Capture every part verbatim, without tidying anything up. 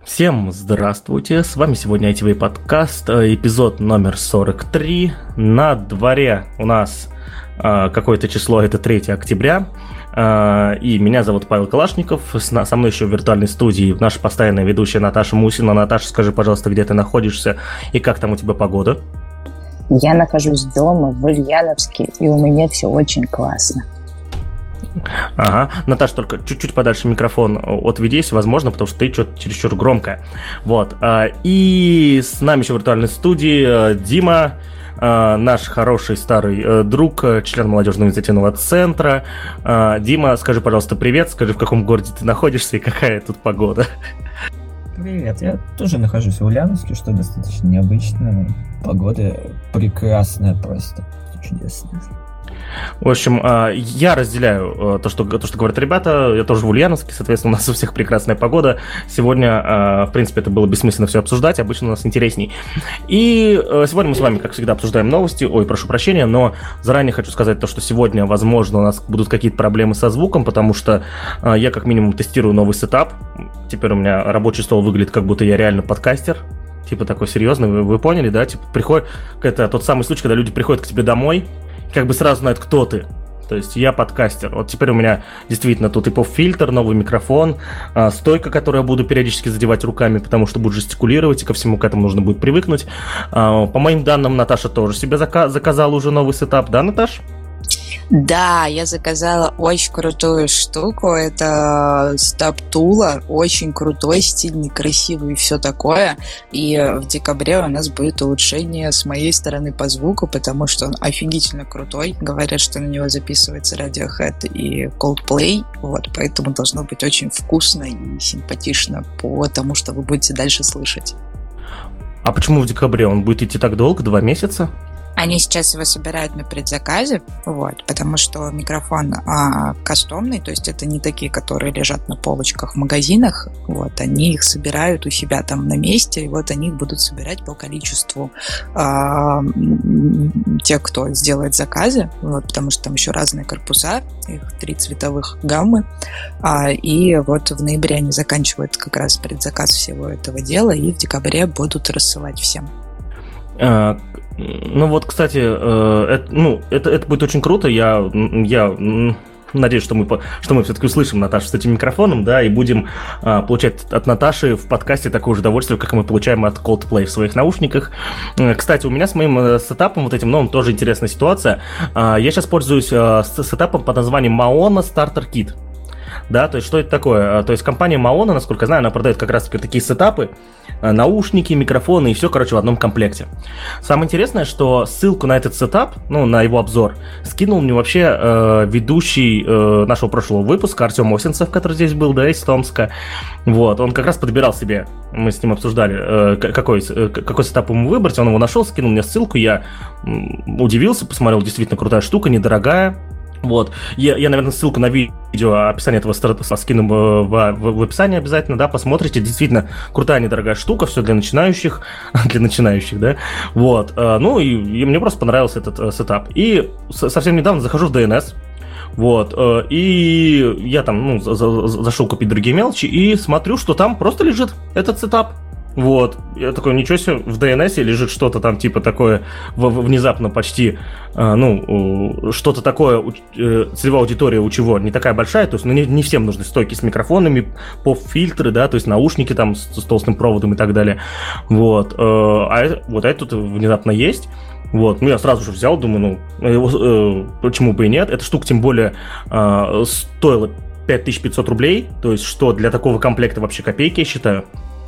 Всем здравствуйте, с вами сегодня ай ти ви подкаст, эпизод номер сорок три. На дворе у нас э, какое-то число, это третьего октября, э, и меня зовут Павел Калашников, с, со мной еще в виртуальной студии наша постоянная ведущая Наташа Мусина. Наташа, скажи, пожалуйста, где ты находишься и как там у тебя погода? Я нахожусь дома в Ульяновске, и у меня все очень классно. Ага, Наташа, только чуть-чуть подальше микрофон отведи, если возможно, потому что ты что-то чересчур громкая. Вот, и с нами еще в виртуальной студии Дима, наш хороший старый друг, член молодежного инициативного центра. Дима, скажи, пожалуйста, привет, скажи, в каком городе ты находишься и какая тут погода? Привет, я тоже нахожусь в Ульяновске, что достаточно необычно. Погода прекрасная просто, чудесная. В общем, я разделяю то, что, то, что говорят ребята. Я тоже в Ульяновске, соответственно, у нас у всех прекрасная погода. Сегодня, в принципе, это было бессмысленно все обсуждать, обычно у нас интересней. И сегодня мы с вами, как всегда, обсуждаем новости. Ой, прошу прощения, но заранее хочу сказать то, что сегодня, возможно, у нас будут какие-то проблемы со звуком, потому что я, как минимум, тестирую новый сетап. Теперь у меня рабочий стол выглядит, как будто я реально подкастер. Типа такой серьезный, вы, вы поняли, да? Типа приходит, это тот самый случай, когда люди приходят к тебе домой, как бы сразу знают, кто ты. То есть я подкастер. Вот теперь у меня действительно тут и поп-фильтр, новый микрофон, а, стойка, которую я буду периодически задевать руками, потому что буду жестикулировать, и ко всему к этому нужно будет привыкнуть. А, по моим данным, Наташа тоже себе зака- заказала уже новый сетап, да, Наташ? Да, я заказала очень крутую штуку. Это стаб Тула. Очень крутой, стильный, красивый и все такое. И в декабре у нас будет улучшение с моей стороны по звуку, потому что он офигительно крутой. Говорят, что на него записывается Radiohead и Coldplay. Вот, поэтому должно быть очень вкусно и симпатично по тому, что вы будете дальше слышать. А почему в декабре? Он будет идти так долго, два месяца? Они сейчас его собирают на предзаказе, вот, потому что микрофон а, кастомный, то есть это не такие, которые лежат на полочках в магазинах, вот, они их собирают у себя там на месте, и вот они их будут собирать по количеству а, тех, кто сделает заказы, вот, потому что там еще разные корпуса, их три цветовых гаммы, а, и вот в ноябре они заканчивают как раз предзаказ всего этого дела, и в декабре будут рассылать всем. Ну вот, кстати, это, ну, это, это будет очень круто. Я, я надеюсь, что мы, что мы все-таки услышим Наташу с этим микрофоном, да, и будем а, получать от Наташи в подкасте такое же удовольствие, как мы получаем от Coldplay в своих наушниках. Кстати, у меня с моим сетапом, вот этим новым, тоже интересная ситуация. А, я сейчас пользуюсь а, с сетапом под названием Maona Starter Kit. Да, то есть что это такое? То есть компания Maona, насколько я знаю, она продает как раз-таки такие сетапы, наушники, микрофоны и все, короче, в одном комплекте. Самое интересное, что ссылку на этот сетап, ну, на его обзор, скинул мне вообще э, ведущий э, нашего прошлого выпуска Артем Осинцев, который здесь был, да, из Томска. Вот, он как раз подбирал себе, мы с ним обсуждали, э, какой, э, какой сетап ему выбрать, он его нашел, скинул мне ссылку, я м, удивился, посмотрел, действительно крутая штука, недорогая. Вот, я, я, наверное, ссылку на видео, описание этого старта скину в, в, в описании обязательно, да, посмотрите, действительно крутая, недорогая штука, все для начинающих, для начинающих, да, вот, ну, и, и мне просто понравился этот uh, сетап, и совсем недавно захожу в ди эн эс, вот, uh, и я там, ну, за, за, зашел купить другие мелочи, и смотрю, что там просто лежит этот сетап. Вот, я такой, ничего себе, в ди эн эс лежит что-то там типа такое внезапно почти, э, ну, что-то такое, э, целевая аудитория у чего не такая большая, то есть ну, не, не всем нужны стойки с микрофонами, поп-фильтры, да, то есть наушники там с, с толстым проводом и так далее, вот, э, а вот это тут внезапно есть. Вот, ну я сразу же взял, думаю, ну, э, почему бы и нет, эта штука тем более э, стоила пять тысяч пятьсот рублей, то есть что для такого комплекта вообще копейки, я считаю.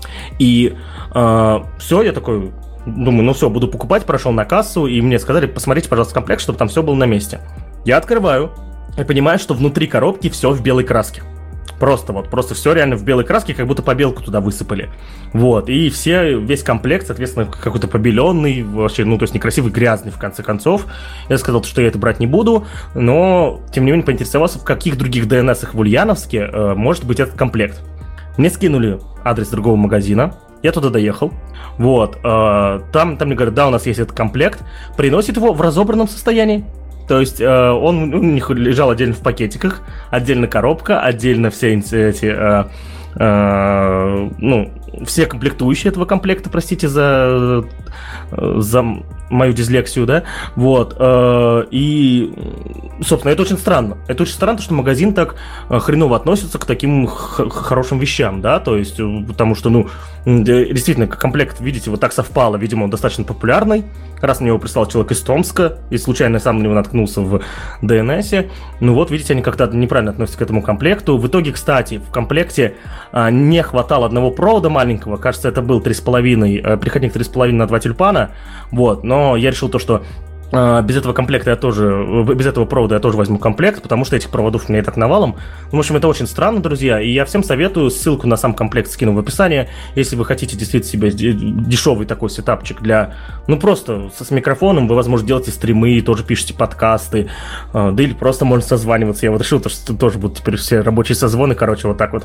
И э, все, я такой думаю, ну все, буду покупать, прошел на кассу, и мне сказали, посмотрите, пожалуйста, комплект, чтобы там все было на месте. Я открываю и понимаю, что внутри коробки все в белой краске. Просто вот, просто все реально в белой краске, как будто побелку туда высыпали. Вот, и все, весь комплект, соответственно, какой-то побеленный, вообще, ну, то есть некрасивый, грязный, в конце концов. Я сказал, что я это брать не буду, но, тем не менее, поинтересовался, в каких других ди эн эсах в Ульяновске э, может быть этот комплект. Мне скинули адрес другого магазина, я туда доехал, вот, э, там, там мне говорят, да, у нас есть этот комплект, приносит его в разобранном состоянии. То есть э, он у них лежал отдельно в пакетиках, отдельно коробка, отдельно все эти, э, э, ну, все комплектующие этого комплекта, простите за, за мою дислексию, да, вот, э, и, собственно, это очень странно. Это очень странно, что магазин так хреново относится к таким х- хорошим вещам, да, то есть, потому что, ну, действительно, комплект, видите, вот так совпало, видимо, он достаточно популярный, раз мне его прислал человек из Томска, и случайно сам на него наткнулся в ди эн эс, ну вот, видите, они как-то неправильно относятся к этому комплекту. В итоге, кстати, в комплекте а, не хватало одного провода маленького, кажется, это был три с половиной, а, переходник три с половиной на два тюльпана, вот, но я решил то, что без этого комплекта я тоже, без этого провода я тоже возьму комплект, потому что этих проводов у меня и так навалом. В общем, это очень странно, друзья, и я всем советую, ссылку на сам комплект скину в описании, если вы хотите действительно себе дешевый такой сетапчик для, ну просто с микрофоном, вы, возможно, делаете стримы, тоже пишете подкасты, да или просто можно созваниваться. Я вот решил, что тоже будут теперь все рабочие созвоны, короче, вот так вот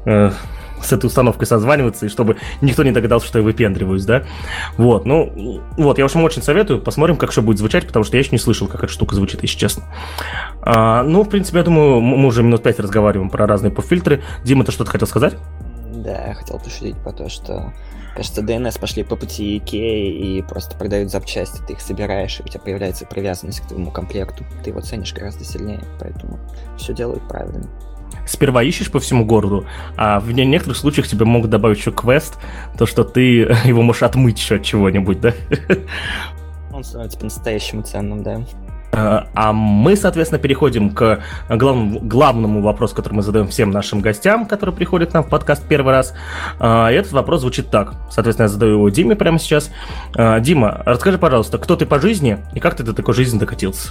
с этой установкой созваниваться, и чтобы никто не догадался, что я выпендриваюсь, да. Вот, ну, вот, я, в общем, очень советую. Посмотрим, как все будет звучать, потому что я еще не слышал, как эта штука звучит, если честно. А, ну, в принципе, я думаю, мы уже минут пять разговариваем про разные поп-фильтры. Дима, ты что-то хотел сказать? Да, я хотел пошутить про то, что, кажется, ди эн эс пошли по пути Икеи и просто продают запчасти, ты их собираешь, и у тебя появляется привязанность к твоему комплекту. Ты его ценишь гораздо сильнее, поэтому все делают правильно. Сперва ищешь по всему городу, а в некоторых случаях тебе могут добавить еще квест, то, что ты его можешь отмыть еще от чего-нибудь, да? Он становится по-настоящему ценным, да. А мы, соответственно, переходим к главному, главному вопросу, который мы задаем всем нашим гостям, которые приходят к нам в подкаст первый раз. И этот вопрос звучит так. Соответственно, я задаю его Диме прямо сейчас. Дима, расскажи, пожалуйста, кто ты по жизни и как ты до такой жизни докатился?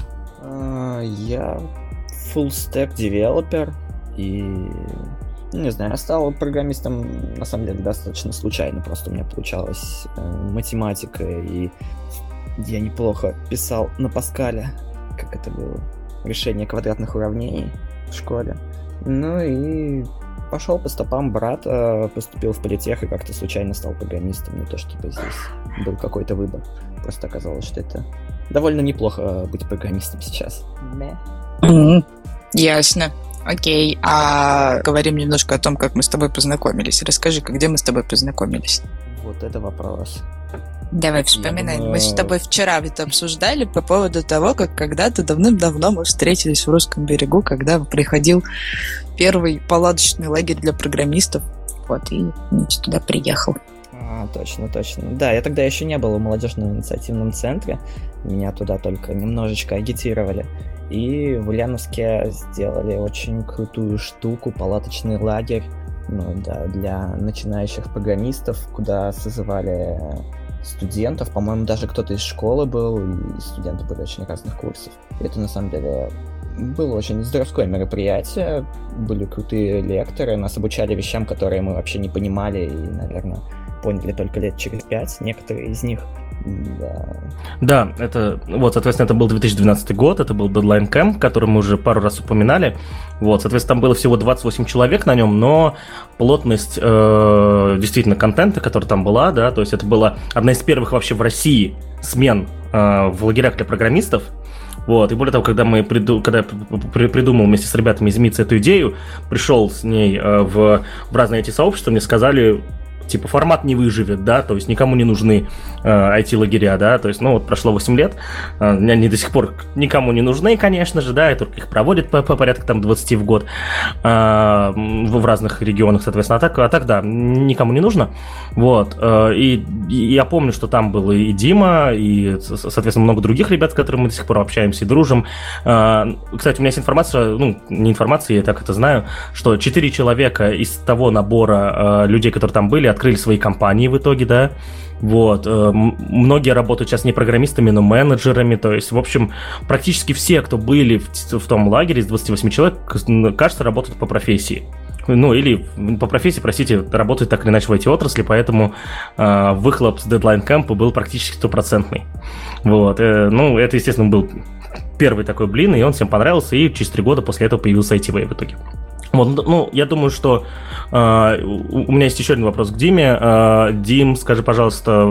Я full-stack developer. И, не знаю, я стал программистом, на самом деле, достаточно случайно. Просто у меня получалась э, математика, и я неплохо писал на Паскале, как это было, решение квадратных уравнений в школе. Ну и пошел по стопам брата, поступил в политех и как-то случайно стал программистом. Не то, чтобы здесь был какой-то выбор. Просто оказалось, что это довольно неплохо быть программистом сейчас. Mm-hmm. Ясно. Окей, а говорим немножко о том, как мы с тобой познакомились. Расскажи-ка, где мы с тобой познакомились? Вот это вопрос. Давай вспоминаем. Думаю... Мы с тобой вчера это обсуждали по поводу того, как когда-то давным-давно мы встретились в Русском берегу, когда приходил первый палаточный лагерь для программистов. Вот, и я туда приехал. А, точно, точно. Да, я тогда еще не был в молодежном инициативном центре. Меня туда только немножечко агитировали. И в Ульяновске сделали очень крутую штуку, палаточный лагерь, ну, да, для начинающих программистов, куда созывали студентов. По-моему, даже кто-то из школы был, и студенты были очень разных курсов. И это, на самом деле, было очень здоровское мероприятие, были крутые лекторы, нас обучали вещам, которые мы вообще не понимали, и, наверное, поняли только лет через пять, некоторые из них. Да. Да, это, вот, соответственно, это был две тысячи двенадцатый год, это был Deadline Camp, который мы уже пару раз упоминали. Вот, соответственно, там было всего двадцать восемь человек на нем, но плотность э, действительно контента, которая там была, да, то есть это была одна из первых вообще в России смен э, в лагерях для программистов. Вот, и более того, когда мы приду, когда я придумал вместе с ребятами из МИЦ эту идею, пришел с ней э, в, в разные эти сообщества, мне сказали, типа, формат не выживет, да, то есть никому не нужны э, ай ти-лагеря, да, то есть, ну, вот прошло восемь лет, э, они до сих пор никому не нужны, конечно же, да, и только их проводят по, по порядка там двадцать в год э, в, в разных регионах, соответственно, а так, а так, да, никому не нужно, вот, э, и, и я помню, что там был и Дима, и, соответственно, много других ребят, с которыми мы до сих пор общаемся и дружим. Э, кстати, у меня есть информация, ну, не информация, я так это знаю, что четыре человека из того набора э, людей, которые там были, открыли свои компании в итоге, да, вот, многие работают сейчас не программистами, но менеджерами, то есть, в общем, практически все, кто были в, в том лагере из двадцати восьми человек, кажется, работают по профессии, ну, или по профессии, простите, работают так или иначе в ай ти-отрасли, поэтому э, выхлоп с Deadline Camp был практически стопроцентный, вот, э, ну, это, естественно, был первый такой блин, и он всем понравился, и через три года после этого появился ай ти-Way в итоге. Вот, ну, я думаю, что э, у меня есть еще один вопрос к Диме. Э, Дим, скажи, пожалуйста,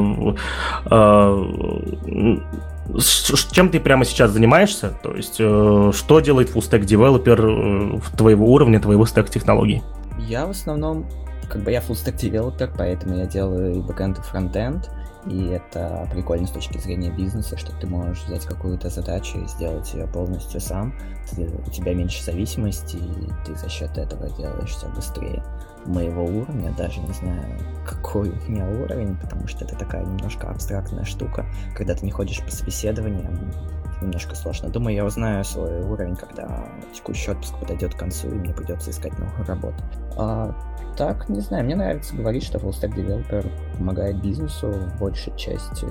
э, с, чем ты прямо сейчас занимаешься? То есть, э, что делает full-stack developer твоего уровня, твоего стек технологий? Я в основном как бы я full-stack девелопер, поэтому я делаю и бэкэнд, и фронтенд, и это прикольно с точки зрения бизнеса, что ты можешь взять какую-то задачу и сделать ее полностью сам. У тебя меньше зависимости, и ты за счет этого делаешь все быстрее. Моего уровня, даже не знаю, какой у меня уровень, потому что это такая немножко абстрактная штука. Когда ты не ходишь по собеседованиям, немножко сложно. Думаю, я узнаю свой уровень, когда текущий отпуск подойдет к концу, и мне придется искать новую работу. А, так, не знаю, мне нравится говорить, что full stack developer помогает бизнесу. Большей части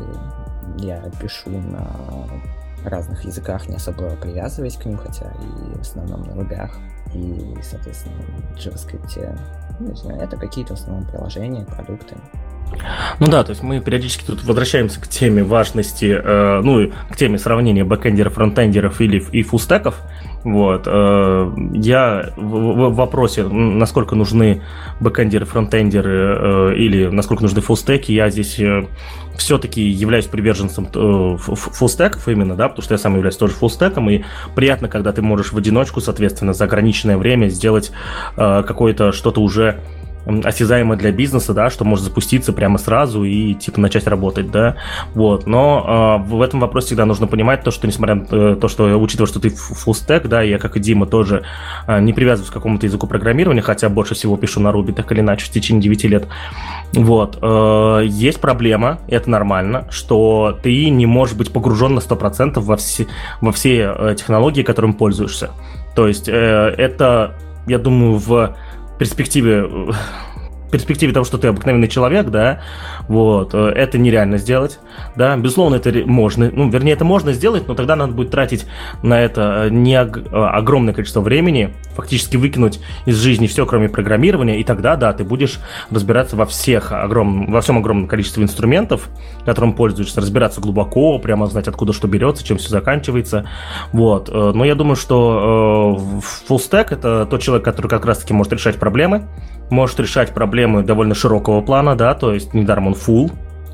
я пишу на разных языках, не особо привязываясь к ним, хотя и в основном на рубях. И, соответственно, в JavaScript, не знаю, это какие-то в основном приложения, продукты. Ну да, то есть мы периодически тут возвращаемся к теме важности, э, ну, к теме сравнения бэкэндеров, фронтендеров или и фуллстеков. Вот. Э, я в, в вопросе, насколько нужны бэкэндеры, фронтендеры э, или насколько нужны фуллстеки, я здесь э, все-таки являюсь приверженцем э, фуллстеков именно, да, потому что я сам являюсь тоже фуллстеком, и приятно, когда ты можешь в одиночку, соответственно, за ограниченное время сделать э, какое-то что-то уже осязаемо для бизнеса, да, что может запуститься прямо сразу и типа начать работать, да, вот, но э, в этом вопросе всегда нужно понимать то, что несмотря на то, что учитывая, что ты фуллстек, да, я как и Дима тоже э, не привязываюсь к какому-то языку программирования, хотя больше всего пишу на Ruby, так или иначе, в течение девяти лет, вот, э, есть проблема, и это нормально, что ты не можешь быть погружен на сто процентов во все, во все э, технологии, которыми пользуешься, то есть э, это, я думаю, в перспективе, в перспективе того, что ты обыкновенный человек, да, вот, это нереально сделать, да, безусловно, это можно, ну, вернее, это можно сделать, но тогда надо будет тратить на это не огромное количество времени, фактически выкинуть из жизни все, кроме программирования, и тогда, да, ты будешь разбираться во всех огромном, во всем огромном количестве инструментов, которым пользуешься, разбираться глубоко, прямо знать, откуда что берется, чем все заканчивается, вот, но я думаю, что фуллстек — это тот человек, который как раз-таки может решать проблемы, может решать проблемы довольно широкого плана, да, то есть недаром он full.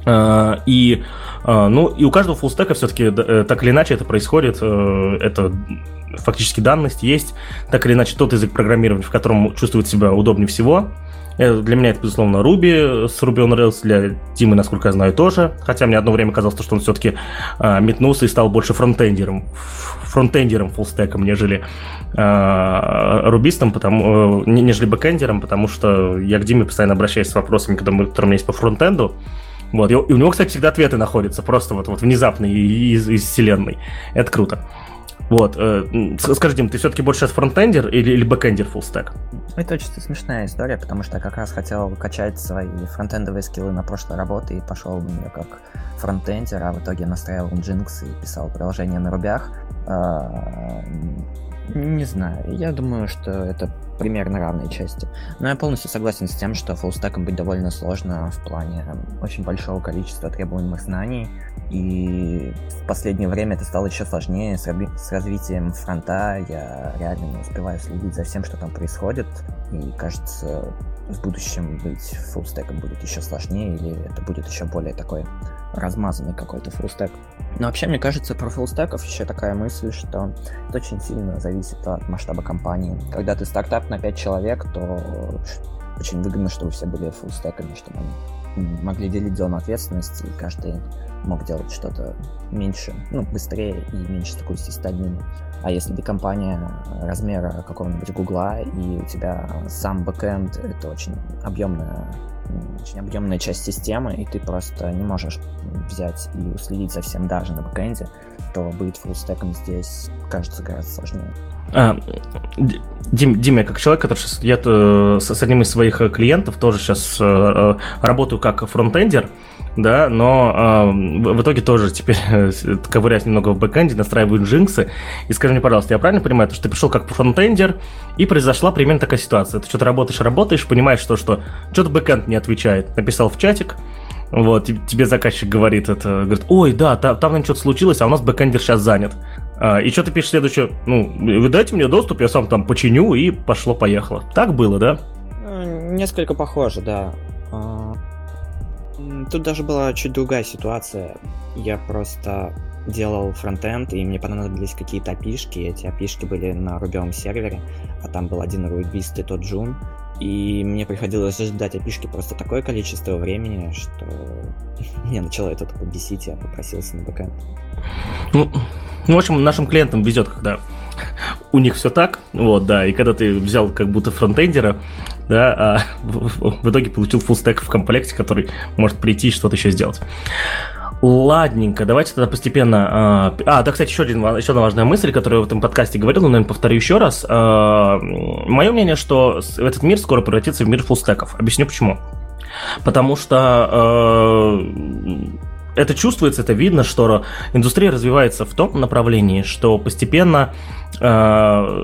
И, ну, и у каждого фуллстека все-таки так или иначе это происходит, это фактически данность есть, так или иначе тот язык программирования, в котором чувствует себя удобнее всего. Для меня это, безусловно, Ruby с Ruby on Rails, для Димы, насколько я знаю, тоже, хотя мне одно время казалось, что он все-таки метнулся и стал больше фронтендером, фронтендером, фуллстеком, нежели рубистом, потому, нежели бэкендером, потому что я к Диме постоянно обращаюсь с вопросами, которые у меня есть по фронтенду. Вот. И у него, кстати, всегда ответы находятся, просто вот, вот внезапно из, из вселенной. Это круто. Вот. Скажи, Дим, ты все-таки больше сейчас фронтендер или, или бэкендер фуллстек? Это очень смешная история, потому что я как раз хотел качать свои фронтендовые скиллы на прошлой работе и пошел в нее как фронтендер, а в итоге настраивал Jinx и писал приложения на рубях. Не знаю, я думаю, что это примерно равные части. Но я полностью согласен с тем, что фуллстеком быть довольно сложно в плане очень большого количества требуемых знаний. И в последнее время это стало еще сложнее с, раби- с развитием фронта. Я реально не успеваю следить за всем, что там происходит. И кажется, в будущем быть фуллстеком будет еще сложнее, или это будет еще более такой размазанный какой-то фуллстек. Но вообще, мне кажется, про фуллстеков еще такая мысль, что это очень сильно зависит от масштаба компании. Когда ты стартап на пять человек, то очень выгодно, чтобы все были фуллстеками, чтобы они могли делить зону ответственности, и каждый мог делать что-то меньше, ну, быстрее и меньше такой системными. А если ты компания размера какого-нибудь Гугла, и у тебя сам бэкэнд — это очень объемная, очень объемная часть системы, и ты просто не можешь взять и уследить за всем даже на бэкэнде, то быть фуллстеком здесь кажется гораздо сложнее. А, Дим, Дим, я как человек, который сейчас, я с, с одним из своих клиентов тоже сейчас э, работаю как фронтендер, да, но э, в итоге тоже теперь ковыряюсь немного в бэкэнде, настраиваю джинксы. И скажи мне, пожалуйста, я правильно понимаю, что ты пришел как фронтендер, и произошла примерно такая ситуация. Ты что-то работаешь, работаешь, понимаешь, что, что что-то бэкэнд не отвечает. Написал в чатик, вот, тебе заказчик говорит, это, говорит, ой, да, там, там что-то случилось, а у нас бэкэндер сейчас занят. И что ты пишешь следующее? Ну, вы дайте мне доступ, я сам там починю, и пошло-поехало. Так было, да? Несколько похоже, да. Тут даже была чуть другая ситуация. Я просто делал фронтенд, и мне понадобились какие-то эй пи ай-шки. Эти эй пи ай-шки были на рубевом сервере, а там был один руибист и тот Джун. И мне приходилось ждать опишки просто такое количество времени, что меня начало это только бесить, я попросился на бэкэнд. Ну, в общем, нашим клиентам везет, когда у них все так, вот, да, и когда ты взял как будто фронтендера, да, а в, в итоге получил фуллстек в комплекте, который может прийти и что-то еще сделать. Ладненько, давайте тогда постепенно... А, да, кстати, еще, один, еще одна важная мысль, которую я в этом подкасте говорил, но, наверное, повторю еще раз. Мое мнение, что этот мир скоро превратится в мир фуллстеков. Объясню почему. Потому что э, это чувствуется, это видно, что индустрия развивается в том направлении, что постепенно... Э,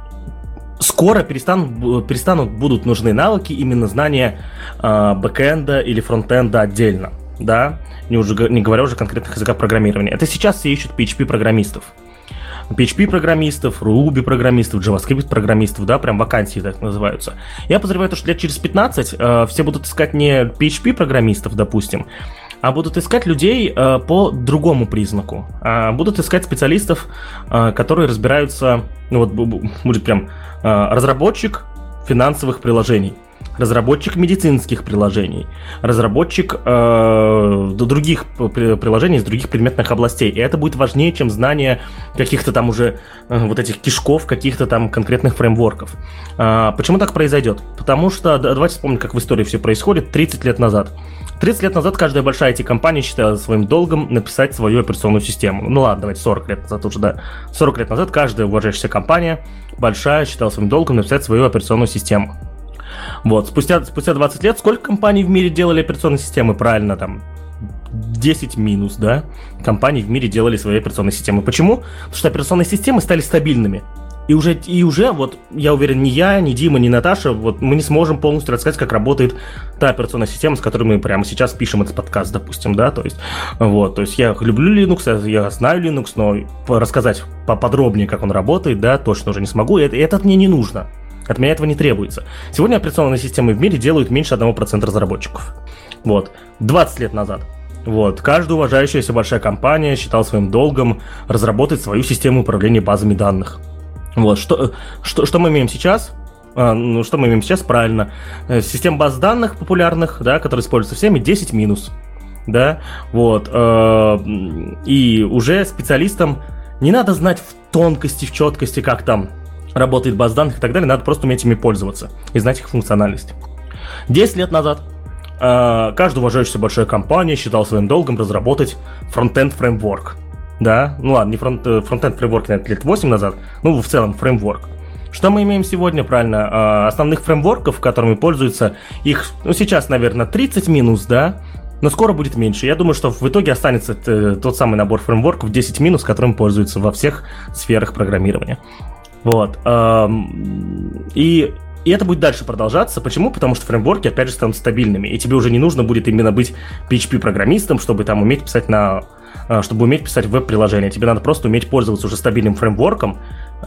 Скоро перестанут, перестанут будут нужны навыки, именно знания э, бэкэнда или фронтенда отдельно. Да, не, уже, не говоря уже о конкретных языках программирования. Это сейчас все ищут пи эйч пи-программистов. пи эйч пи-программистов, Ruby-программистов, JavaScript-программистов, да, прям вакансии так называются. Я подозреваю, что лет через пятнадцать э, все будут искать не пи эйч пи-программистов, допустим, а будут искать людей э, по другому признаку. А будут искать специалистов, э, которые разбираются, ну вот будет прям э, разработчик финансовых приложений, разработчик медицинских приложений, разработчик э, других приложений из других предметных областей. И это будет важнее, чем знание каких-то там уже э, вот этих кишков, каких-то там конкретных фреймворков. Э, почему так произойдет? Потому что, давайте вспомним, как в истории все происходит тридцать лет назад. тридцать лет назад каждая большая ай ти-компания считала своим долгом написать свою операционную систему. Ну ладно, давайте сорок лет назад уже, да. сорок лет назад каждая уважающаяся компания большая считала своим долгом написать свою операционную систему. Вот, спустя, спустя двадцать лет сколько компаний в мире делали операционные системы? Правильно, там, десять минус, да? Компаний в мире делали свои операционные системы. Почему? Потому что операционные системы стали стабильными. И уже, и уже, вот, я уверен, ни я, ни Дима, ни Наташа, вот, мы не сможем полностью рассказать, как работает та операционная система, с которой мы прямо сейчас пишем этот подкаст, допустим, да, то есть, вот, то есть я люблю Linux, я знаю Linux, но рассказать поподробнее, как он работает, да, точно уже не смогу, и это, это мне не нужно. От меня этого не требуется. Сегодня операционные системы в мире делают меньше одного процента разработчиков. Вот. двадцать лет назад. Вот. Каждая уважающаяся большая компания считала своим долгом разработать свою систему управления базами данных. Вот. Что, что, что мы имеем сейчас? А, ну, что мы имеем сейчас? Правильно. Система баз данных популярных, да, которые используются всеми, десять минус. Да? Вот. И уже специалистам не надо знать в тонкости, в четкости, как там работает база данных и так далее, надо просто уметь ими пользоваться и знать их функциональность. десять лет назад э, каждая уважающаяся большая компания считала своим долгом разработать фронтенд фреймворк. Да, ну ладно, не фронт, фронтенд фреймворк, наверное, лет восемь назад, ну в целом фреймворк. Что мы имеем сегодня, правильно? Э, основных фреймворков, которыми пользуются, их, ну сейчас, наверное, тридцать минус, да, но скоро будет меньше. Я думаю, что в итоге останется т- тот самый набор фреймворков десять минус, которым пользуются во всех сферах программирования. Вот. И, и это будет дальше продолжаться. Почему? Потому что фреймворки, опять же, станут стабильными. И тебе уже не нужно будет именно быть пи эйч пи-программистом, чтобы там уметь писать на... чтобы уметь писать веб-приложения. Тебе надо просто уметь пользоваться уже стабильным фреймворком,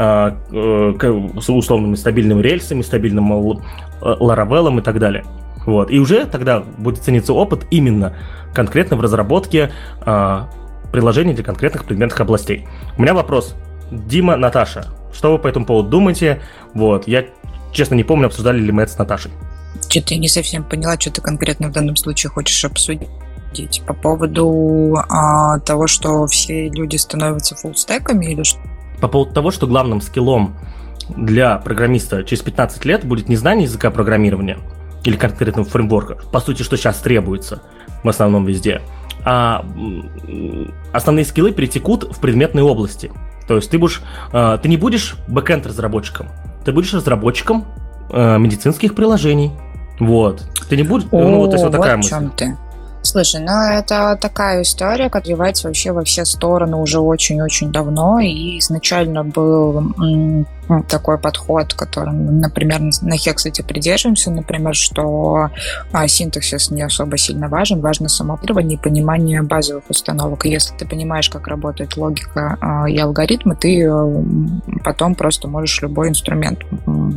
с условными стабильными рельсами, стабильным Laravel и так далее. Вот. И уже тогда будет цениться опыт именно конкретно в разработке приложений для конкретных предметных областей. У меня вопрос. Дима, Наташа, что вы по этому поводу думаете? Вот, я, честно, не помню, обсуждали ли мы это с Наташей. Что-то я не совсем поняла, что ты конкретно в данном случае хочешь обсудить. По поводу а, того, что все люди становятся фуллстеками или что? По поводу того, что главным скиллом для программиста через пятнадцать лет будет не знание языка программирования или конкретного фреймворка, по сути, что сейчас требуется в основном везде, а основные скиллы перетекут в предметные области. То есть ты будешь, э, ты не будешь бэкэнд-разработчиком, ты будешь разработчиком э, медицинских приложений. Вот. Ты не будешь... О, ну, вот, то есть вот такая вот мысль. В чем ты. Слушай, ну это такая история, которая развивается вообще во все стороны уже очень-очень давно, и изначально был м- такой подход, которым, например, на Хексете придерживаемся, например, что а, синтаксис не особо сильно важен, важно самоопределение и понимание базовых установок. И если ты понимаешь, как работает логика а, и алгоритмы, ты а, потом просто можешь любой инструмент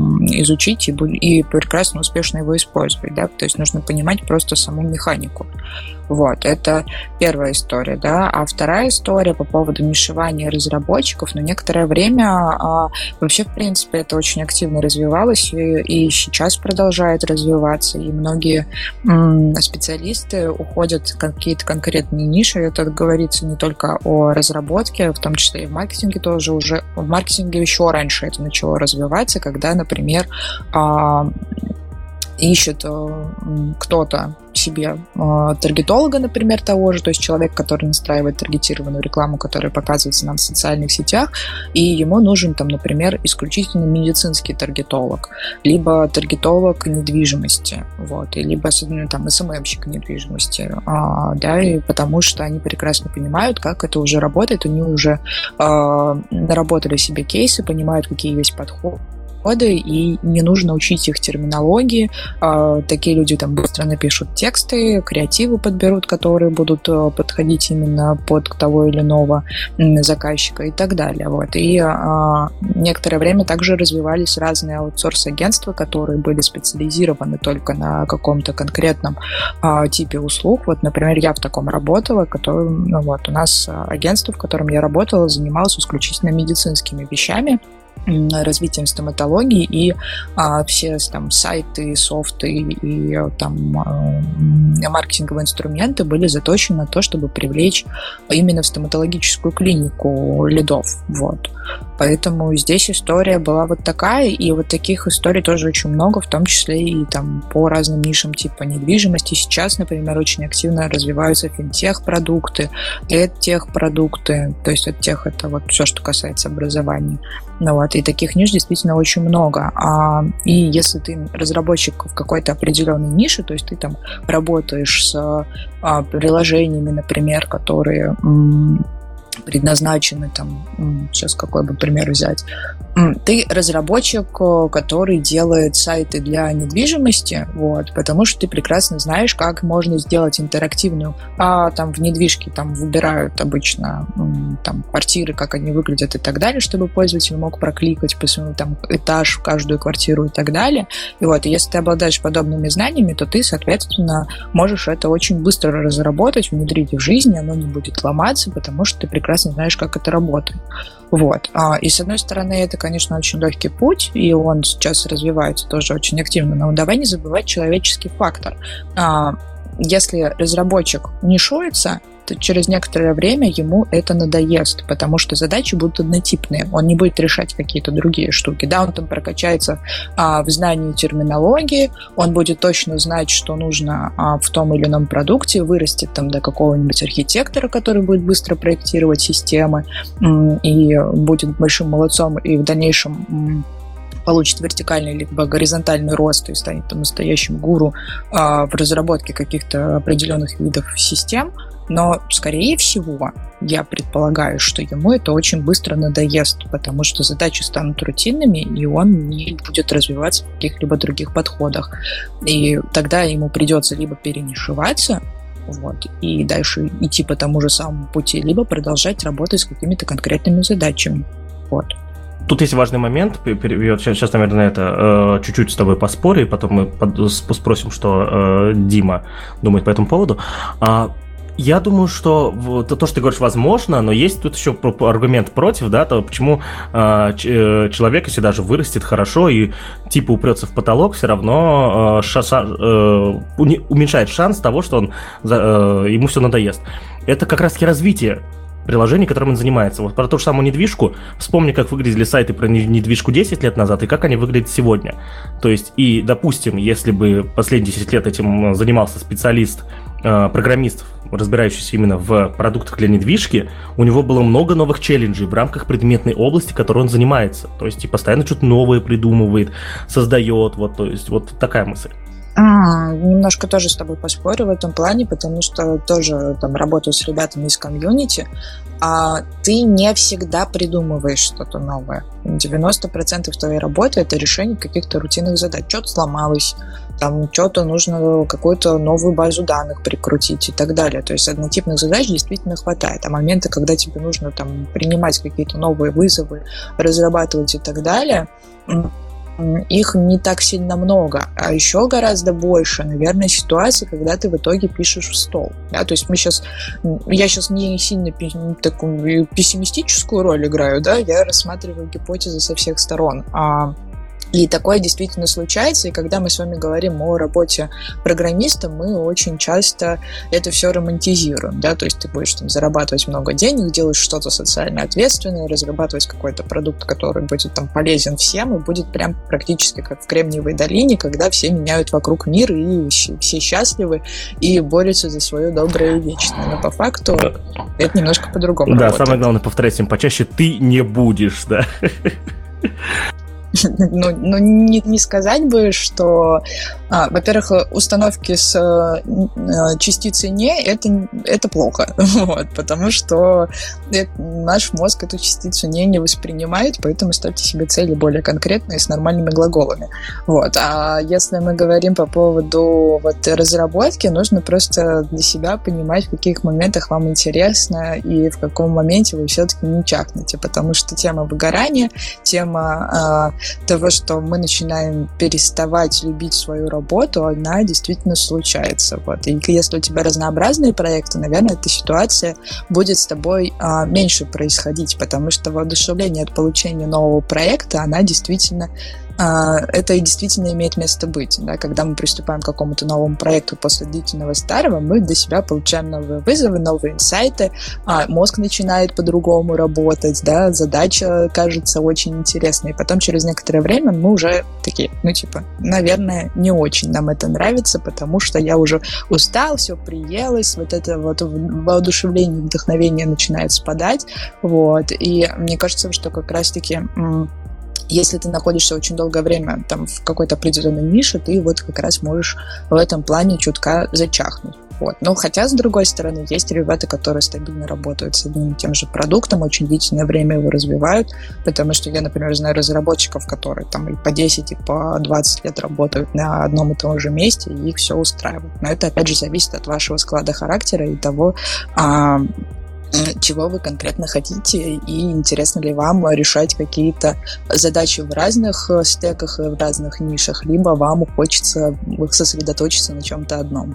изучить и, и прекрасно, успешно его использовать. Да? То есть нужно понимать просто саму механику. Вот, это первая история, да. А вторая история по поводу нишевания разработчиков, ну, некоторое время а, вообще, в принципе, это очень активно развивалось и, и сейчас продолжает развиваться, и многие м, специалисты уходят в какие-то конкретные ниши. Это говорится не только о разработке, в том числе и в маркетинге тоже уже. В маркетинге еще раньше это начало развиваться, когда, например, а, ищет кто-то себе э, таргетолога, например, того же, то есть человек, который настраивает таргетированную рекламу, которая показывается нам в социальных сетях, и ему нужен, там, например, исключительно медицинский таргетолог, либо таргетолог недвижимости, вот, и либо ну, там эс эм эм-щик недвижимости, а, да, и потому что они прекрасно понимают, как это уже работает, они уже э, наработали себе кейсы, понимают, какие есть подходы, и не нужно учить их терминологии. Такие люди там быстро напишут тексты, креативы подберут, которые будут подходить именно под того или иного заказчика и так далее. Вот. И некоторое время также развивались разные аутсорс-агентства, которые были специализированы только на каком-то конкретном типе услуг. Вот, например, я в таком работала, который, ну, вот, у нас агентство, в котором я работала, занималось исключительно медицинскими вещами, развитием стоматологии, и а, все там сайты, софты и, и там а, маркетинговые инструменты были заточены на то, чтобы привлечь именно в стоматологическую клинику лидов. Вот. Поэтому здесь история была вот такая, и вот таких историй тоже очень много, в том числе и там по разным нишам типа недвижимости. Сейчас, например, очень активно развиваются финтех-продукты, эдтех-продукты, то есть эдтех — это вот все, что касается образования. Ну, вот, и таких ниш действительно очень много. А, и если ты разработчик в какой-то определенной нише, то есть ты там работаешь с а, приложениями, например, которые м, предназначены там, сейчас какой бы пример взять, ты разработчик, который делает сайты для недвижимости, вот, потому что ты прекрасно знаешь, как можно сделать интерактивную, а там в недвижке там выбирают обычно там квартиры, как они выглядят и так далее, чтобы пользователь мог прокликать по своему там этаж в каждую квартиру и так далее. И вот, и если ты обладаешь подобными знаниями, то ты, соответственно, можешь это очень быстро разработать, внедрить в жизнь, оно не будет ломаться, потому что ты прекрасно знаешь, как это работает. Вот. И с одной стороны, это, конечно, очень легкий путь, и он сейчас развивается тоже очень активно, но давай не забывать человеческий фактор. Если разработчик нишуется, то через некоторое время ему это надоест, потому что задачи будут однотипные, он не будет решать какие-то другие штуки. Да, он там прокачается а, в знании терминологии, он будет точно знать, что нужно а, в том или ином продукте, вырастет там до какого-нибудь архитектора, который будет быстро проектировать системы м- и будет большим молодцом, и в дальнейшем м- получит вертикальный либо горизонтальный рост и станет там настоящим гуру а, в разработке каких-то определенных видов систем. Но, скорее всего, я предполагаю, что ему это очень быстро надоест, потому что задачи станут рутинными, и он не будет развиваться в каких-либо других подходах. И тогда ему придется либо перенишеваться, вот, и дальше идти по тому же самому пути, либо продолжать работать с какими-то конкретными задачами. Вот. Тут есть важный момент, сейчас, сейчас наверное, это э, чуть-чуть с тобой поспорю, и потом мы под, спросим, что э, Дима думает по этому поводу. А, я думаю, что вот, то, что ты говоришь, возможно, но есть тут еще аргумент против, да, то почему э, человек, если даже вырастет хорошо и типа упрется в потолок, все равно э, шаса, э, уменьшает шанс того, что он, э, ему все надоест. Это как раз-таки развитие приложений, которым он занимается. Вот про ту же самую недвижку. Вспомни, как выглядели сайты про недвижку десять лет назад и как они выглядят сегодня. То есть, и, допустим, если бы последние десять лет этим занимался специалист, э, программист, разбирающийся именно в продуктах для недвижки, у него было много новых челленджей в рамках предметной области, которой он занимается. То есть, и постоянно что-то новое придумывает, создает. Вот, то есть, вот такая мысль. А, немножко тоже с тобой поспорю в этом плане, потому что тоже там работаю с ребятами из комьюнити, а ты не всегда придумываешь что-то новое. девяносто процентов твоей работы — это решение каких-то рутинных задач. Что-то сломалось, там что-то нужно какую-то новую базу данных прикрутить и так далее. То есть однотипных задач действительно хватает. А моменты, когда тебе нужно там принимать какие-то новые вызовы, разрабатывать и так далее, их не так сильно много. А еще гораздо больше, наверное, ситуации, когда ты в итоге пишешь в стол. Да? То есть мы сейчас, я сейчас не сильно такую пессимистическую роль играю, да, я рассматриваю гипотезы со всех сторон. А И такое действительно случается, и когда мы с вами говорим о работе программиста, мы очень часто это все романтизируем, да, то есть ты будешь там зарабатывать много денег, делать что-то социально ответственное, разрабатывать какой-то продукт, который будет там полезен всем, и будет прям практически как в Кремниевой долине, когда все меняют вокруг мир, и все счастливы, и борются за свое доброе и вечное. Но по факту это немножко по-другому Да, работает. самое главное, повторять им почаще, ты не будешь, да. Ну, ну не, не сказать бы, что, а, во-первых, установки с а, частицей «не» это, это плохо, вот, потому что это, наш мозг эту частицу «не» не воспринимает, поэтому ставьте себе цели более конкретные с нормальными глаголами. Вот. А если мы говорим по поводу вот, разработки, нужно просто для себя понимать, в каких моментах вам интересно и в каком моменте вы все-таки не чахнете, потому что тема выгорания, тема а, того, что мы начинаем переставать любить свою работу, она действительно случается. Вот. И если у тебя разнообразные проекты, наверное, эта ситуация будет с тобой а, меньше происходить, потому что воодушевление от получения нового проекта, она действительно это действительно имеет место быть. Да? Когда мы приступаем к какому-то новому проекту после длительного старого, мы для себя получаем новые вызовы, новые инсайты, а мозг начинает по-другому работать, да? Задача кажется очень интересной. И потом через некоторое время мы уже такие, ну типа, наверное, не очень нам это нравится, потому что я уже устал, все приелось, вот это вот воодушевление, вдохновение начинает спадать. Вот. И мне кажется, что как раз-таки если ты находишься очень долгое время там, в какой-то определенной нише, ты вот как раз можешь в этом плане чутка зачахнуть. Вот. Но хотя, с другой стороны, есть ребята, которые стабильно работают с одним и тем же продуктом, очень длительное время его развивают, потому что я, например, знаю разработчиков, которые там и по десять, и по двадцать лет работают на одном и том же месте, и их все устраивает. Но это, опять же, зависит от вашего склада характера и того, а, чего вы конкретно хотите, и интересно ли вам решать какие-то задачи в разных стеках и в разных нишах, либо вам хочется сосредоточиться на чем-то одном.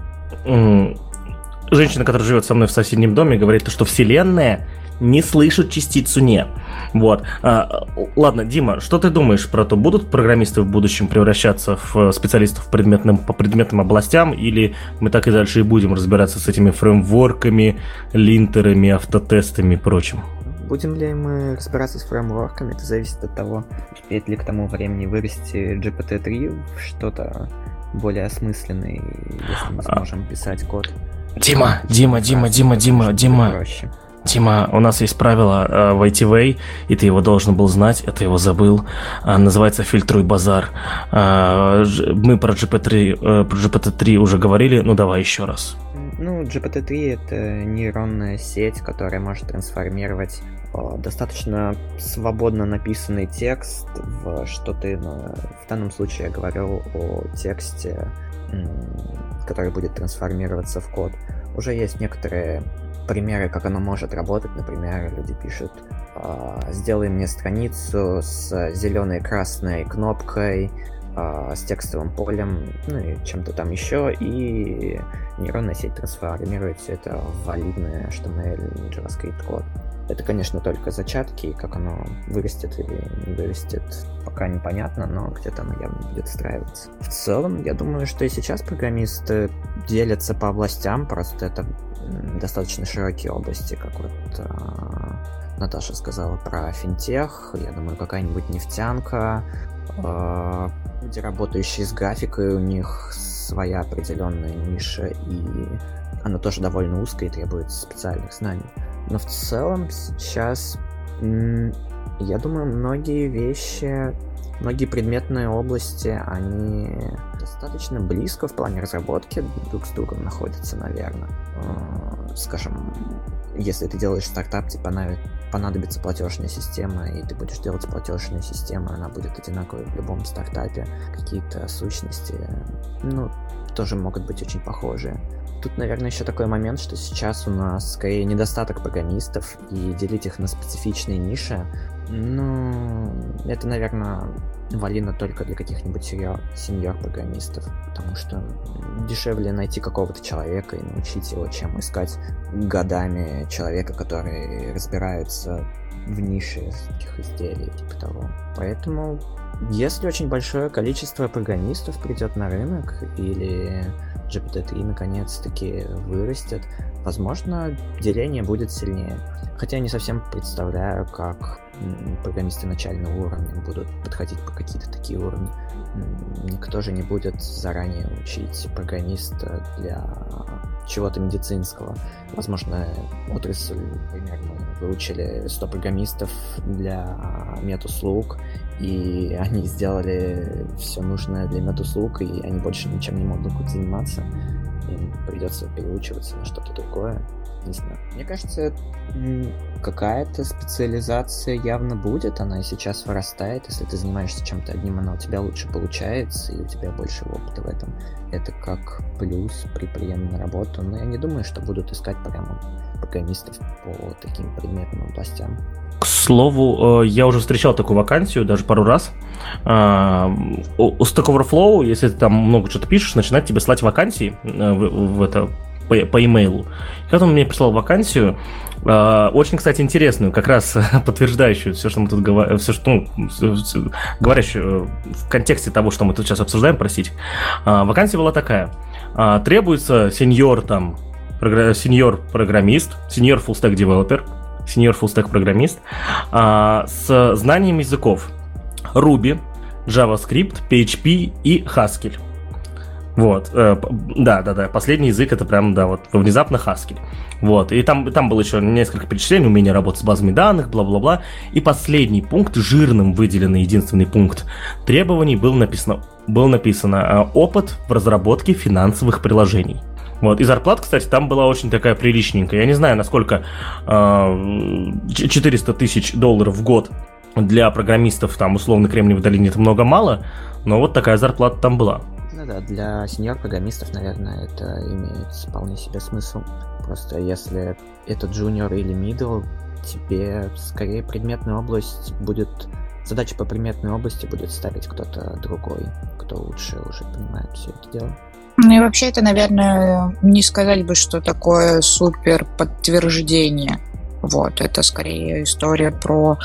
Женщина, которая живет со мной в соседнем доме, говорит, что Вселенная не слышит частицу «не». Вот. А, ладно, Дима, что ты думаешь про то, будут программисты в будущем превращаться в специалистов по предметным, по предметным областям, или мы так и дальше и будем разбираться с этими фреймворками, линтерами, автотестами и прочим? Будем ли мы разбираться с фреймворками, это зависит от того, успеет ли к тому времени вырасти джи пи ти три в что-то более осмысленное, если мы сможем писать код. Дима, Дима, Дима, Дима, Дима, Дима. Проще. Дима, у нас есть правило э, в ай ти вей, и ты его должен был знать, а ты его забыл. Э, называется «Фильтруй базар». Э, мы про джи пи ти, э, про джи пи ти три уже говорили, ну давай еще раз. Ну, джи пи ти три — это нейронная сеть, которая может трансформировать э, достаточно свободно написанный текст в что-то иное. В данном случае я говорю о тексте, э, который будет трансформироваться в код. Уже есть некоторые примеры, как оно может работать. Например, люди пишут: сделай мне страницу с зеленой и красной кнопкой, с текстовым полем, ну и чем-то там еще, и нейронная сеть трансформирует все это в валидный эйч ти эм эль и JavaScript код. Это, конечно, только зачатки, как оно вырастет или не вырастет, пока непонятно, но где-то оно явно будет встраиваться. В целом, я думаю, что и сейчас программисты делятся по областям, просто это достаточно широкие области, как вот а, Наташа сказала про финтех, я думаю, какая-нибудь нефтянка, а, люди, работающие с графикой, у них своя определенная ниша, и она тоже довольно узкая и требует специальных знаний. Но в целом сейчас, я думаю, многие вещи, многие предметные области, они достаточно близко в плане разработки друг с другом находятся, наверное. Скажем, если ты делаешь стартап, тебе понадобится платежная система, и ты будешь делать платежную систему, она будет одинаковой в любом стартапе. Какие-то сущности, ну, тоже могут быть очень похожие. Тут, наверное, еще такой момент, что сейчас у нас скорее недостаток программистов, и делить их на специфичные ниши Ну, это, наверное, валина только для каких-нибудь сеньор-программистов, потому что дешевле найти какого-то человека и научить его, чем искать годами человека, который разбирается в нише таких изделий, типа того. Поэтому, если очень большое количество программистов придет на рынок, или джи пи ти три наконец-таки вырастет, возможно, деление будет сильнее. Хотя я не совсем представляю, как программисты начального уровня будут подходить по какие-то такие уровни. Никто же не будет заранее учить программиста для чего-то медицинского. Возможно, отрасль, например, мы выучили сто программистов для медуслуг, и они сделали все нужное для медуслуг, и они больше ничем не могут заниматься. Им придется переучиваться на что-то другое. Не знаю. Мне кажется, какая-то специализация явно будет, она и сейчас вырастает. Если ты занимаешься чем-то одним, она у тебя лучше получается, и у тебя больше опыта в этом. Это как плюс при приеме на работу. Но я не думаю, что будут искать прямо программистов по таким предметным областям. К слову, я уже встречал такую вакансию даже пару раз. У Stack Overflow, если ты там много что-то пишешь, начинает тебе слать вакансии в, в это, по, по имейлу. И когда он мне прислал вакансию, очень, кстати, интересную, как раз подтверждающую все, что мы тут говорим, все, что, ну, говорящую в контексте того, что мы тут сейчас обсуждаем, простите. Вакансия была такая. Требуется сеньор там, сеньор-программист, сеньор-фуллстек-девелопер, сеньор-фуллстек-программист а, с знанием языков Ruby, JavaScript, пи эйч пи и Haskell. Вот, э, да, да, да, последний язык это прям, да, вот, внезапно Haskell. Вот, и там, там было еще несколько перечислений, умение работать с базами данных, бла-бла-бла. И последний пункт, жирным выделенный единственный пункт требований, был написано, был написано опыт в разработке финансовых приложений. Вот. И зарплата, кстати, там была очень такая приличненькая. Я не знаю, насколько э, четыреста тысяч долларов в год для программистов, там, условно, Кремниевой долине это много-мало, но вот такая зарплата там была. Ну да, для сеньор-программистов, наверное, это имеет вполне себе смысл. Просто если это джуниор или мидл, тебе скорее предметную область будет... Задача по предметной области будет ставить кто-то другой, кто лучше уже понимает все это дело. Ну и вообще это, наверное, не сказать бы, что такое супер подтверждение. Вот, это скорее история про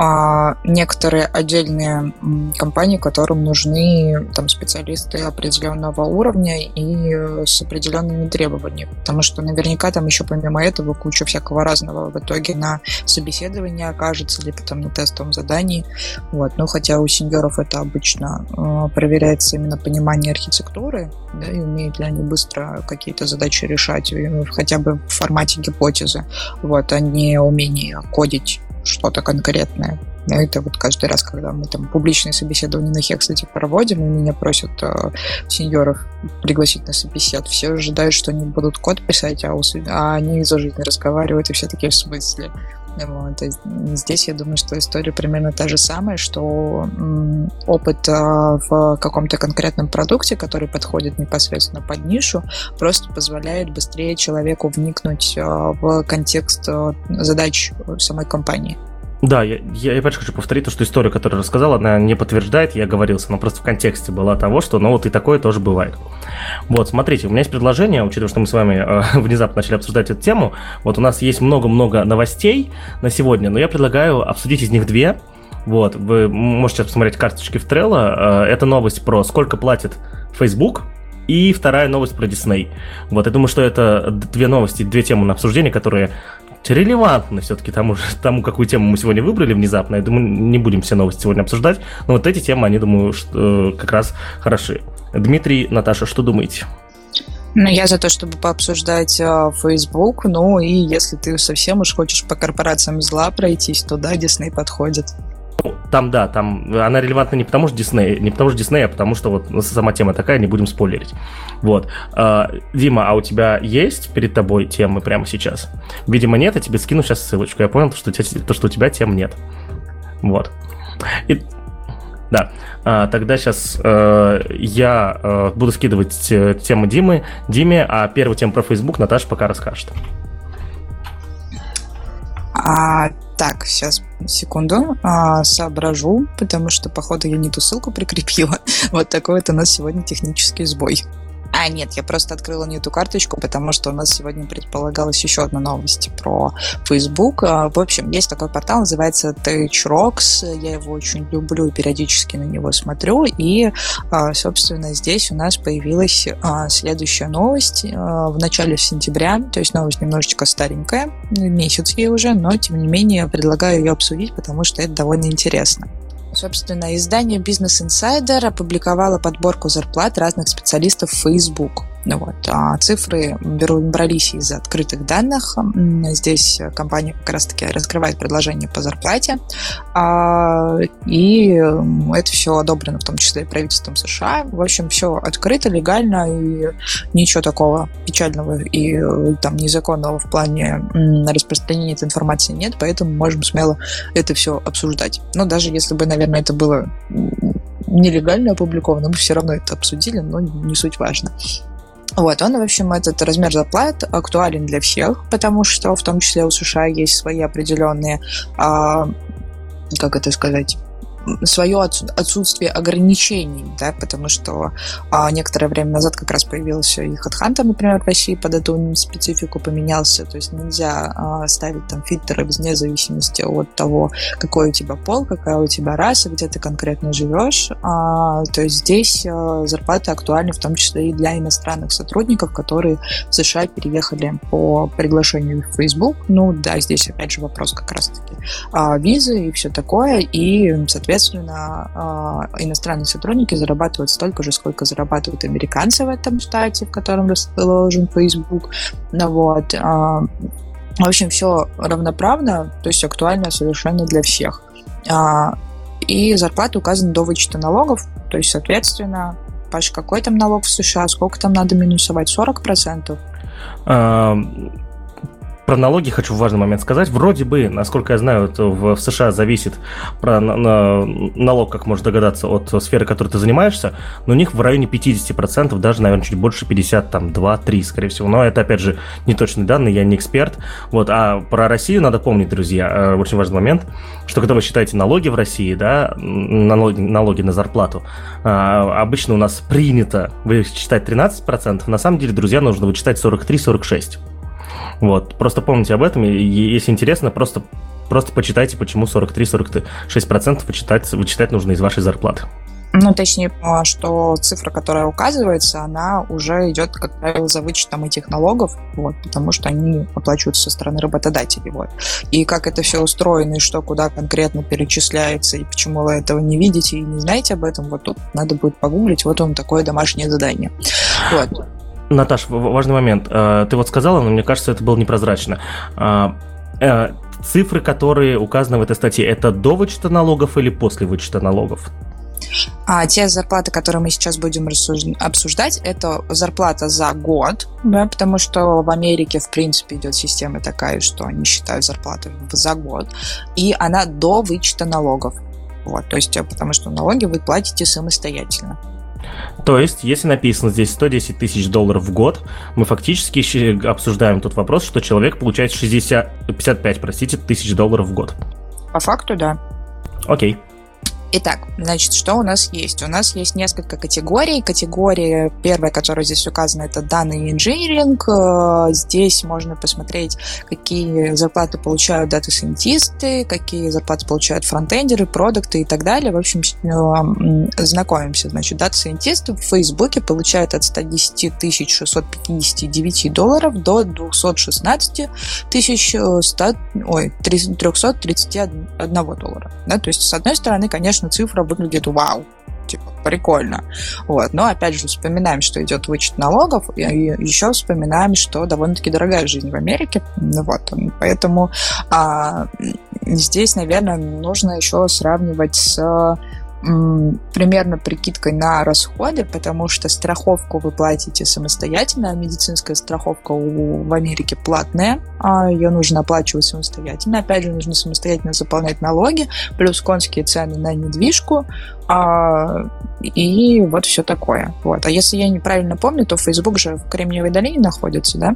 а, некоторые отдельные м, компании, которым нужны там специалисты определенного уровня и с определенными требованиями. Потому что наверняка там еще помимо этого куча всякого разного в итоге на собеседовании окажется, либо там на тестовом задании. Вот. Ну, хотя у сеньоров это обычно э, проверяется именно понимание архитектуры, да, и умеют ли они быстро какие-то задачи решать, хотя бы в формате гипотезы. Вот, они умение кодить что-то конкретное. Это вот каждый раз, когда мы там публичные собеседования на Хе, кстати, проводим, и меня просят э, сеньоров пригласить на собесед, все ожидают, что они будут код писать, а, у, а они за жизнь разговаривают, и все такие в смысле. Вот. Здесь я думаю, что история примерно та же самая, что м, опыт а, в каком-то конкретном продукте, который подходит непосредственно под нишу, просто позволяет быстрее человеку вникнуть а, в контекст а, задач самой компании. Да, я, я, я опять же хочу повторить то, что история, которую рассказал, она не подтверждает, я оговорился, но просто в контексте была того, что ну вот и такое тоже бывает. Вот, смотрите, у меня есть предложение, учитывая, что мы с вами э, внезапно начали обсуждать эту тему, вот у нас есть много-много новостей на сегодня, но я предлагаю обсудить из них две. Вот, вы можете посмотреть карточки в Trello, э, это новость про сколько платит Facebook, и вторая новость про Disney. Вот, я думаю, что это две новости, две темы на обсуждение, которые релевантны все-таки тому, тому, какую тему мы сегодня выбрали внезапно. Я думаю, не будем все новости сегодня обсуждать, но вот эти темы, они, думаю, что, как раз хороши. Дмитрий, Наташа, что думаете? Ну, я за то, чтобы пообсуждать э, Facebook, ну и если ты совсем уж хочешь по корпорациям зла пройтись, то да, Disney подходит. Там, да, там она релевантна не потому, что Disney, не потому, что Disney, а потому, что вот сама тема такая, не будем спойлерить. Вот. А, Дима, а у тебя есть перед тобой темы прямо сейчас? Видимо, нет, я тебе скину сейчас ссылочку. Я понял, что у тебя, то, что у тебя тем нет. Вот. И, да, а, тогда сейчас а, я а, буду скидывать темы Димы, Диме, а первую тему про Facebook Наташа пока расскажет. А, так, сейчас, секунду, а, соображу, потому что, походу, я не ту ссылку прикрепила. Вот такой вот у нас сегодня технический сбой. А, нет, я просто открыла не ту карточку, потому что у нас сегодня предполагалась еще одна новость про Facebook. В общем, есть такой портал, называется TouchRocks. Я его очень люблю и периодически на него смотрю. И, собственно, здесь у нас появилась следующая новость в начале сентября. То есть новость немножечко старенькая, месяц ей уже, но, тем не менее, предлагаю ее обсудить, потому что это довольно интересно. Собственно, издание Business Insider опубликовало подборку зарплат разных специалистов в Facebook. Вот. А цифры беру, брались из открытых данных. Здесь компания как раз-таки раскрывает предложение по зарплате. И это все одобрено в том числе и правительством США. В общем, все открыто, легально, и ничего такого печального и там незаконного в плане распространения этой информации нет, поэтому можем смело это все обсуждать. Но даже если бы, наверное, это было нелегально опубликовано, мы все равно это обсудили, но не суть важно. Вот, он, в общем, этот размер зарплат актуален для всех, потому что в том числе у США есть свои определенные, а, как это сказать, свое отсутствие ограничений, да, потому что а, некоторое время назад как раз появился и HeadHunter, например, в России под эту специфику поменялся, то есть нельзя а, ставить там фильтры вне зависимости от того, какой у тебя пол, какая у тебя раса, где ты конкретно живешь, а, то есть здесь а, зарплаты актуальны в том числе и для иностранных сотрудников, которые в США переехали по приглашению в Facebook. Ну да, здесь опять же вопрос как раз-таки а, визы и все такое, и, соответственно, Соответственно, иностранные сотрудники зарабатывают столько же, сколько зарабатывают американцы в этом штате, в котором расположен Facebook. Ну, вот. В общем, все равноправно, то есть актуально совершенно для всех. И зарплата указана до вычета налогов, то есть, соответственно, Паш, какой там налог в США, сколько там надо минусовать? сорок процентов? Про налоги хочу в важный момент сказать. Вроде бы, насколько я знаю, в США зависит про налог, как можно догадаться, от сферы, которой ты занимаешься, но у них в районе пятьдесят процентов, даже, наверное, чуть больше, пятьдесят два - три, скорее всего. Но это, опять же, не точные данные, я не эксперт. Вот. А про Россию надо помнить, друзья, очень важный момент, что когда вы считаете налоги в России, да, налоги, налоги на зарплату, обычно у нас принято вычитать тринадцать процентов, на самом деле, друзья, нужно вычитать сорок три - сорок шесть. Вот, просто помните об этом, и если интересно, просто, просто почитайте, почему сорок три - сорок шесть процентов вычитать, вычитать нужно из вашей зарплаты. Ну, точнее, что цифра, которая указывается, она уже идет, как правило, за вычетом этих налогов, вот, потому что они оплачиваются со стороны работодателей. Вот. И как это все устроено, и что куда конкретно перечисляется, и почему вы этого не видите и не знаете об этом, вот тут надо будет погуглить, вот вам такое домашнее задание. Вот. Наташ, важный момент. Ты вот сказала, но мне кажется, это было непрозрачно. Цифры, которые указаны в этой статье, это до вычета налогов или после вычета налогов? А те зарплаты, которые мы сейчас будем обсуждать, это зарплата за год, да, потому что в Америке, в принципе, идет система такая, что они считают зарплату за год, и она до вычета налогов. Вот, то есть, потому что налоги вы платите самостоятельно. То есть, если написано здесь сто десять тысяч долларов в год, мы фактически обсуждаем тот вопрос, что человек получает шестьдесят, пятьдесят пять, простите, тысяч долларов в год. По факту, да. Окей. Итак, значит, что у нас есть? У нас есть несколько категорий. Категория первая, которая здесь указана, это данный инжиниринг. Здесь можно посмотреть, какие зарплаты получают дата-сайентисты, какие зарплаты получают фронтендеры, продукты и так далее. В общем, знакомимся. Значит, дата-сайентисты в Фейсбуке получают от ста десяти тысяч шестисот пятидесяти девяти долларов до двухсот шестнадцати тысяч трехсот тридцати одного доллара. Да? То есть, с одной стороны, конечно, цифра выглядит вау, типа, прикольно. Вот. Но, опять же, вспоминаем, что идет вычет налогов, и еще вспоминаем, что довольно-таки дорогая жизнь в Америке. Вот. Поэтому а, здесь, наверное, нужно еще сравнивать с примерно прикидкой на расходы, потому что страховку вы платите самостоятельно, а медицинская страховка у, в Америке платная, а ее нужно оплачивать самостоятельно. Опять же, нужно самостоятельно заполнять налоги, плюс конские цены на недвижку, а, и вот все такое. Вот. А если я неправильно помню, то Facebook же в Кремниевой долине находится, да?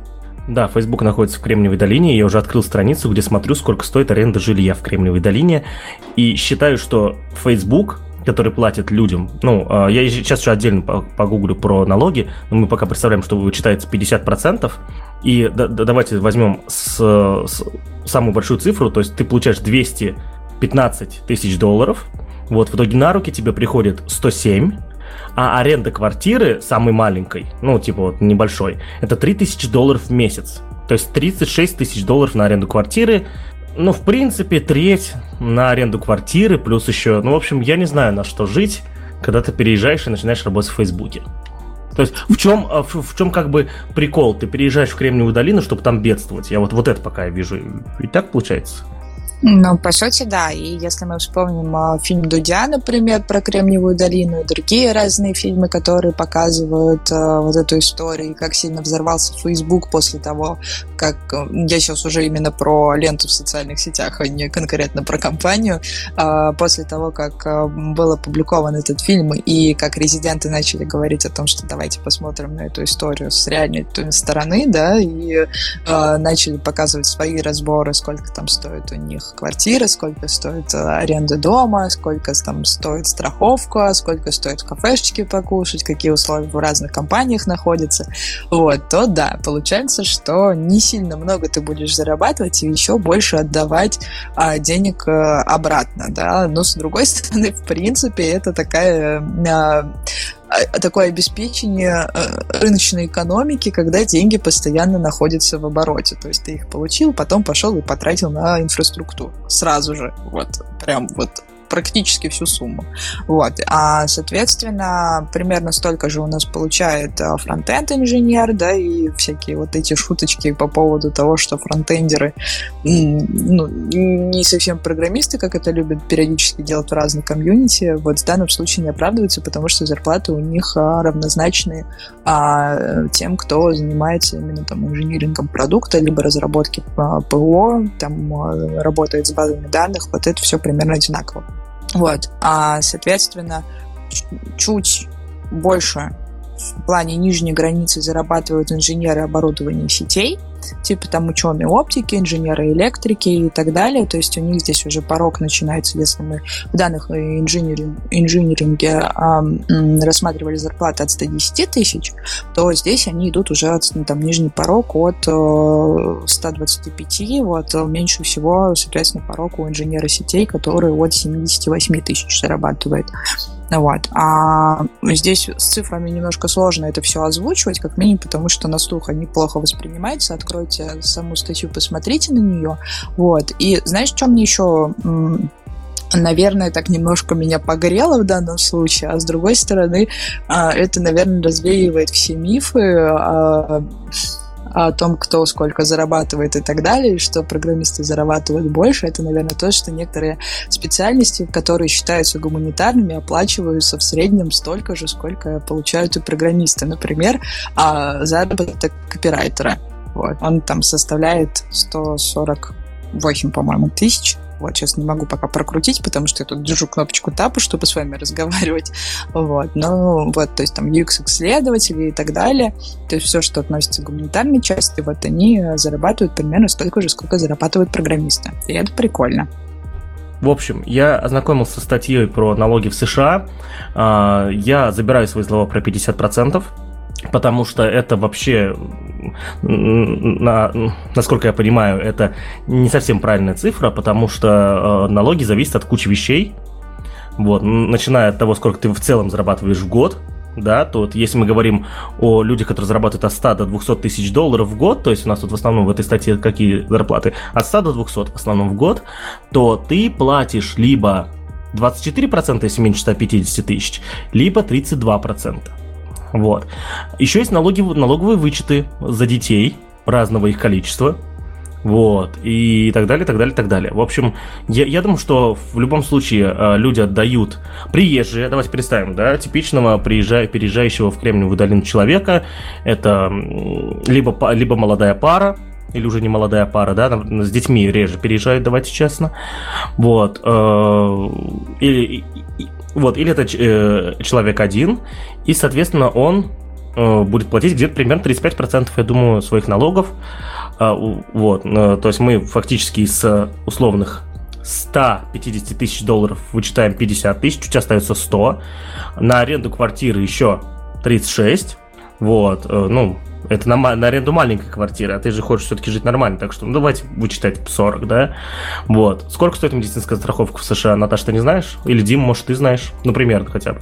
Да, Facebook находится в Кремниевой долине. Я уже открыл страницу, где смотрю, сколько стоит аренда жилья в Кремниевой долине. И считаю, что Facebook, который платит людям... Ну, я сейчас еще отдельно погуглю про налоги, но мы пока представляем, что вычитается пятьдесят процентов. И да, да, давайте возьмем с, с, самую большую цифру, то есть ты получаешь двести пятнадцать тысяч долларов, вот, в итоге на руки тебе приходит сто семь, а аренда квартиры самой маленькой, ну, типа вот небольшой, это три тысячи долларов в месяц. То есть тридцать шесть тысяч долларов на аренду квартиры. Ну, в принципе, треть на аренду квартиры, плюс еще... Ну, в общем, я не знаю, на что жить, когда ты переезжаешь и начинаешь работать в Фейсбуке. То есть в чем, в, в чем как бы прикол? Ты переезжаешь в Кремниевую долину, чтобы там бедствовать. Я вот, вот это пока вижу. И так получается? Ну, по сути, да. И если мы вспомним э, фильм Дудя, например, про Кремниевую долину и другие разные фильмы, которые показывают э, вот эту историю, и как сильно взорвался Facebook после того, как... Э, я сейчас уже именно про ленту в социальных сетях, а не конкретно про компанию. Э, после того, как э, был опубликован этот фильм, и как резиденты начали говорить о том, что давайте посмотрим на эту историю с реальной стороны, да, и э, начали показывать свои разборы, сколько там стоит у них квартира, сколько стоит аренда дома, сколько там стоит страховка, сколько стоит в кафешечке покушать, какие условия в разных компаниях находятся, вот, то да, получается, что не сильно много ты будешь зарабатывать и еще больше отдавать а, денег а, обратно, да, но с другой стороны, в принципе, это такая... А, такое обеспечение рыночной экономики, когда деньги постоянно находятся в обороте. То есть ты их получил, потом пошел и потратил на инфраструктуру. Сразу же. Вот. Прям вот практически всю сумму. Вот. А, соответственно, примерно столько же у нас получает фронтенд-инженер, да, и всякие вот эти шуточки по поводу того, что фронтендеры ну, не совсем программисты, как это любят периодически делать в разных комьюнити, вот в данном случае не оправдываются, потому что зарплаты у них равнозначны а, тем, кто занимается именно там инжинирингом продукта, либо разработки ПО, там работает с базами данных, вот это все примерно одинаково. Вот, а, соответственно, чуть больше в плане нижней границы зарабатывают инженеры оборудования сетей, типа там ученые оптики, инженеры электрики и так далее. То есть у них здесь уже порог начинается, если мы в данных инжиниринг, инжиниринге а, рассматривали зарплаты от ста десяти тысяч, то здесь они идут уже от, там, нижний порог от ста двадцати пяти, вот, меньше всего, соответственно, порог у инженера сетей, который от семидесяти восьми тысяч зарабатывает. Вот. А здесь с цифрами немножко сложно это все озвучивать, как минимум, потому что на слух они плохо воспринимаются. Откройте саму статью, посмотрите на нее. Вот. И знаешь, что мне еще, наверное, так немножко меня погрело в данном случае, а с другой стороны, это, наверное, развеивает все мифы о о том, кто сколько зарабатывает и так далее, и что программисты зарабатывают больше, это, наверное, то, что некоторые специальности, которые считаются гуманитарными, оплачиваются в среднем столько же, сколько получают и программисты. Например, заработок копирайтера. Вот. Он там составляет сто сорок восемь, по-моему, тысяч. Вот, сейчас не могу пока прокрутить, потому что я тут держу кнопочку тапа, чтобы с вами разговаривать. Вот, ну, вот, то есть там ю экс-исследователи и так далее. То есть все, что относится к гуманитарной части, вот они зарабатывают примерно столько же, сколько зарабатывают программисты. И это прикольно. В общем, я ознакомился со статьей про налоги в США. Я забираю свои слова про пятьдесят процентов. Потому что это вообще, на, насколько я понимаю, это не совсем правильная цифра, потому что э, налоги зависят от кучи вещей. Вот, начиная от того, сколько ты в целом зарабатываешь в год, да, то вот если мы говорим о людях, которые зарабатывают от ста до двухсот тысяч долларов в год, то есть у нас тут в основном в этой статье какие зарплаты, от ста до двухсот в основном в год, то ты платишь либо двадцать четыре процента, если меньше ста пятидесяти тысяч, либо тридцать два процента. Вот. Еще есть налоги, налоговые вычеты за детей разного их количества. Вот. И так далее, так далее, так далее. В общем, я, я думаю, что в любом случае э, люди отдают приезжие. Давайте представим, да, типичного приезжая, переезжающего в Кремниевую долину человека. Это либо, либо молодая пара, или уже не молодая пара, да, с детьми реже переезжают, давайте честно. Вот. Э, или... Вот, или это э, человек один, и, соответственно, он э, будет платить где-то примерно тридцать пять процентов, я думаю, своих налогов. Э, вот, э, то есть мы фактически из условных сто пятьдесят тысяч долларов вычитаем пятьдесят тысяч, чуть остается сто. На аренду квартиры еще тридцать шесть. Вот, э, ну, это на, на аренду маленькой квартиры, а ты же хочешь все-таки жить нормально, так что ну, давайте вычитать сорок, да? Вот. Сколько стоит медицинская страховка в США, Наташа, ты не знаешь? Или, Дим, может, ты знаешь? Ну, примерно хотя бы.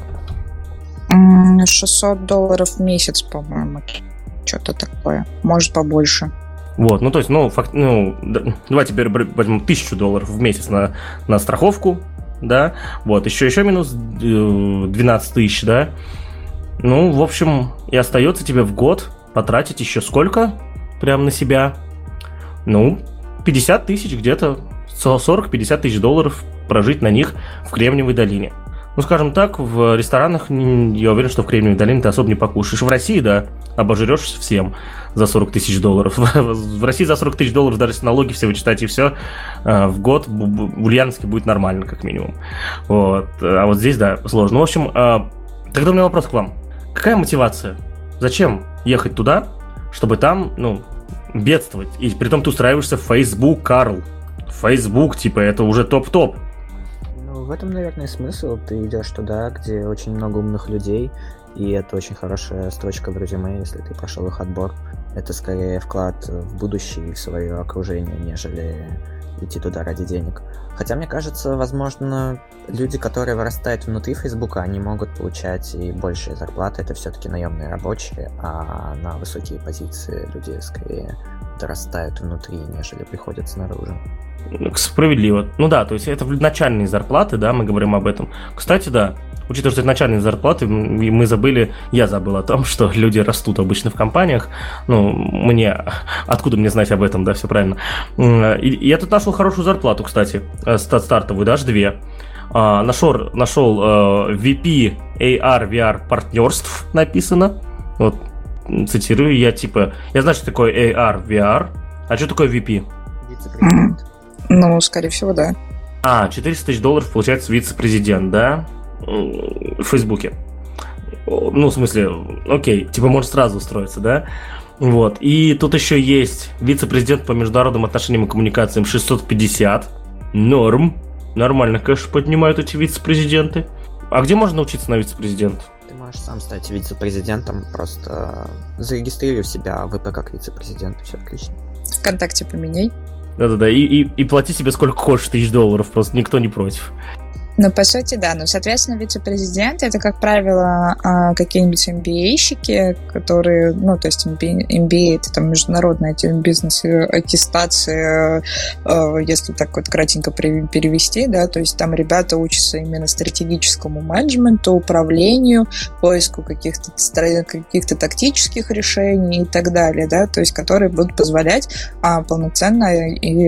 шестьсот долларов в месяц, по-моему. Что-то такое. Может, побольше. Вот, ну, то есть, ну, факт, ну давай теперь возьмем тысячу долларов в месяц на, на страховку, да? Вот, еще, еще минус двенадцать тысяч, да? Ну, в общем, и остается тебе в год потратить еще сколько? Прям на себя? Ну, пятьдесят тысяч где-то, сорок-пятьдесят тысяч долларов прожить на них в Кремниевой долине. Ну, скажем так, в ресторанах, я уверен, что в Кремниевой долине ты особо не покушаешь. В России, да, обожрешься всем за сорок тысяч долларов. В России за сорок тысяч долларов, даже если налоги все вычитать и все, в год в Ульяновске будет нормально, как минимум. Вот. А вот здесь, да, сложно. В общем, тогда у меня вопрос к вам. Какая мотивация? Зачем ехать туда, чтобы там, ну, бедствовать? И притом ты устраиваешься в Facebook, Карл. Facebook, типа, это уже топ-топ. Ну, в этом, наверное, смысл. Ты идешь туда, где очень много умных людей, и это очень хорошая строчка в резюме, если ты прошел их отбор. Это скорее вклад в будущее и в свое окружение, нежели идти туда ради денег. Хотя, мне кажется, возможно, люди, которые вырастают внутри Фейсбука, они могут получать и большие зарплаты. Это все-таки наемные рабочие, а на высокие позиции люди скорее дорастают внутри, нежели приходят снаружи. Справедливо. Ну да, то есть это начальные зарплаты, да, мы говорим об этом. Кстати, да, учитывая, что это начальные зарплаты, мы забыли, я забыл о том, что люди растут обычно в компаниях. Ну, мне, откуда мне знать об этом, да, все правильно. И я тут нашел хорошую зарплату, кстати, стартовую, даже две. Нашел, нашел ви пи эй ар ви ар партнерств написано. Вот, цитирую, я типа, я знаю, что такое эй ар ви ар, а что такое ви пи? Вице-президент. Ну, скорее всего, да. А, четыреста тысяч долларов получается вице-президент, да? В Фейсбуке. Ну, в смысле, окей, типа может сразу устроиться, да? Вот. И тут еще есть вице-президент по международным отношениям и коммуникациям шестьсот пятьдесят. Норм. Нормально, конечно, поднимают эти вице-президенты. А где можно научиться на вице-президента? Ты можешь сам стать вице-президентом, просто зарегистрируй себя в ВП как вице-президент, все отлично. ВКонтакте поменяй. Да-да-да, и, и, и плати себе сколько хочешь тысяч долларов, просто никто не против. Ну, по сути, да. Ну, соответственно, вице-президент — это, как правило, какие-нибудь эм би эй-щики, которые, ну, то есть эм би эй — это там международная бизнес-аттестация, если так вот кратенько перевести, да, то есть там ребята учатся именно стратегическому менеджменту, управлению, поиску каких-то, каких-то тактических решений и так далее, да, то есть которые будут позволять а, полноценно и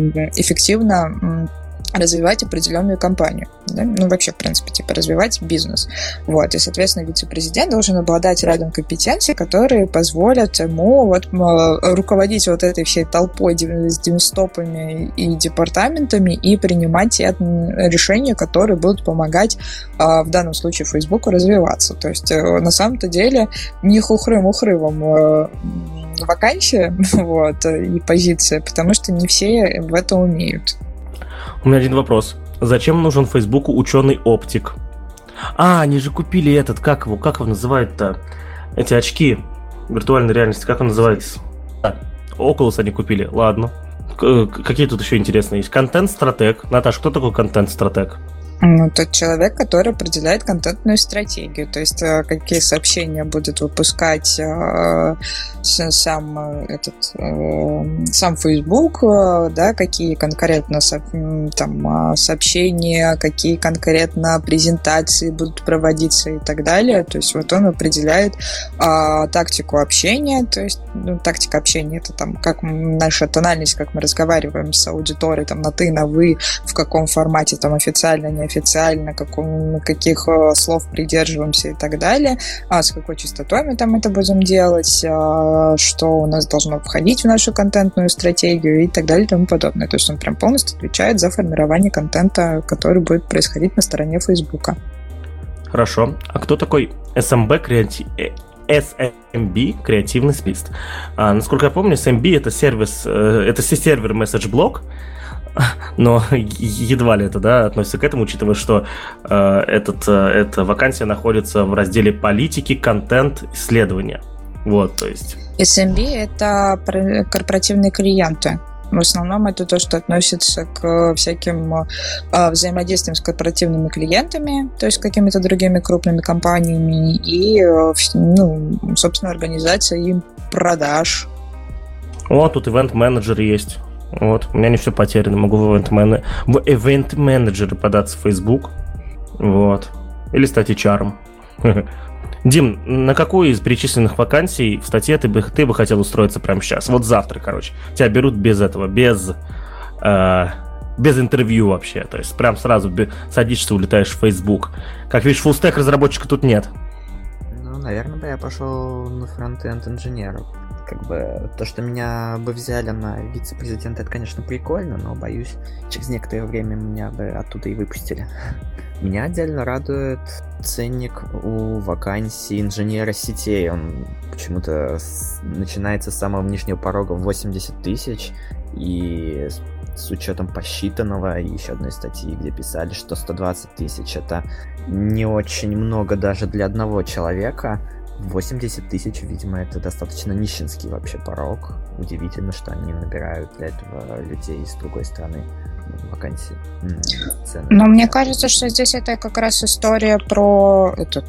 эффективно развивать определенную компанию, да? Ну, вообще, в принципе, типа, развивать бизнес. Вот, и, соответственно, вице-президент должен обладать рядом компетенций, которые позволят ему вот руководить вот этой всей толпой с демстопами и департаментами и принимать те решения, которые будут помогать, в данном случае, Фейсбуку развиваться. То есть, на самом-то деле, не хухрым-ухрывом вакансия, вот, и позиция, потому что не все в это умеют. У меня один вопрос. Зачем нужен Фейсбуку ученый-оптик? А, они же купили этот, как его, как его называют-то? Эти очки виртуальной реальности, как он называется? Да, Oculus они купили, ладно. К- какие тут еще интересные есть? Контент-стратег. Наташа, кто такой контент-стратег? Ну, тот человек, который определяет контентную стратегию, то есть какие сообщения будет выпускать э, сам этот э, сам Facebook, да, какие конкретно там сообщения, какие конкретно презентации будут проводиться и так далее. То есть вот он определяет э, тактику общения, то есть ну, тактика общения — это там как наша тональность, как мы разговариваем с аудиторией, там на ты, на вы, в каком формате, там официально, не официально, каком, каких э, слов придерживаемся и так далее, а с какой частотой мы там это будем делать, а, что у нас должно входить в нашу контентную стратегию и так далее и тому подобное. То есть он прям полностью отвечает за формирование контента, который будет происходить на стороне Фейсбука. Хорошо. А кто такой эс эм би, креати... эс эм би, креативный список. А, насколько я помню, эс эм би это сервис, это сервер MessageBlog, но едва ли это, да, относится к этому, учитывая, что э, этот, э, эта вакансия находится в разделе политики, контент, исследования. Вот, то есть... эс эм би — это корпоративные клиенты. В основном это то, что относится к всяким э, взаимодействиям с корпоративными клиентами, то есть с какими-то другими крупными компаниями и, э, ну, собственно, организация им продаж. Вот, тут ивент-менеджер есть. Вот, у меня не все потеряно, могу в ивент-менеджеры в ивент-менеджеры податься в Facebook, вот, или стать эйч ар. Дим, на какую из перечисленных вакансий в статье ты бы, ты бы хотел устроиться прямо сейчас? Вот завтра, короче. Тебя берут без этого, без, э, без интервью вообще. То есть прям сразу садишься, улетаешь в Facebook. Как видишь, фуллстек разработчика тут нет. Ну, наверное, бы я пошел на фронт-энд инженера. Как бы то, что меня бы взяли на вице-президента, это, конечно, прикольно, но, боюсь, через некоторое время меня бы оттуда и выпустили. Меня отдельно радует ценник у вакансии инженера сетей. Он почему-то с... начинается с самого нижнего порога в восемьдесят тысяч, и с учетом посчитанного и еще одной статьи, где писали, что сто двадцать тысяч это не очень много даже для одного человека. восемьдесят тысяч, видимо, это достаточно нищенский вообще порог. Удивительно, что они набирают для этого людей с другой стороны вакансии. Цены. Но мне кажется, что здесь это как раз история про этот,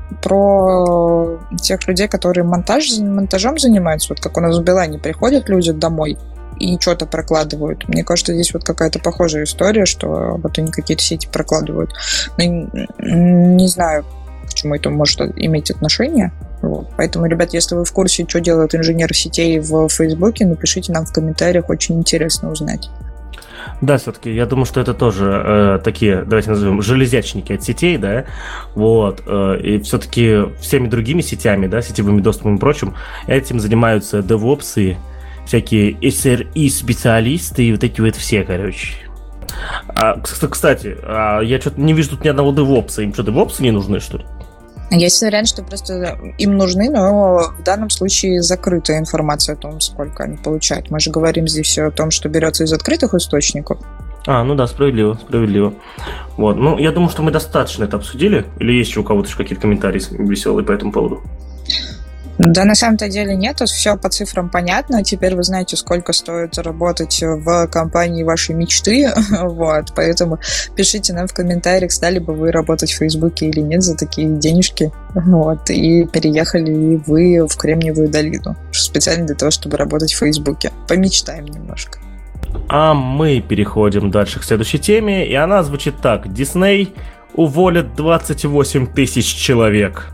про тех людей, которые монтаж, монтажом занимаются. Вот как у нас в Билайне приходят люди домой и что-то прокладывают. Мне кажется, здесь вот какая-то похожая история, что вот они какие-то сети прокладывают. Но не знаю, к чему это может иметь отношение. Вот. Поэтому, ребят, если вы в курсе, что делают инженеры сетей в Фейсбуке, напишите нам в комментариях, очень интересно узнать. Да, все-таки, я думаю, что это тоже э, такие, давайте назовем, железячники от сетей, да, вот, э, и все-таки всеми другими сетями, да, сетевыми доступами и прочим, этим занимаются девопсы, всякие эс эр и-специалисты и вот эти вот все, короче. А, кстати, а я что-то не вижу тут ни одного девопса, им что, девопсы не нужны, что ли? Есть вариант, что просто им нужны, но в данном случае закрытая информация о том, сколько они получают. Мы же говорим здесь все о том, что берется из открытых источников. А, ну да, справедливо, справедливо. Вот, ну, я думаю, что мы достаточно это обсудили. Или есть еще у кого-то еще какие-то комментарии веселые по этому поводу? Да, на самом-то деле нет, все по цифрам понятно. Теперь вы знаете, сколько стоит заработать в компании вашей мечты. Вот, поэтому пишите нам в комментариях, стали бы вы работать в Фейсбуке или нет за такие денежки. Вот, и переехали ли вы в Кремниевую долину специально для того, чтобы работать в Фейсбуке. Помечтаем немножко. А мы переходим дальше к следующей теме, и она звучит так. Дисней уволит двадцать восемь тысяч человек.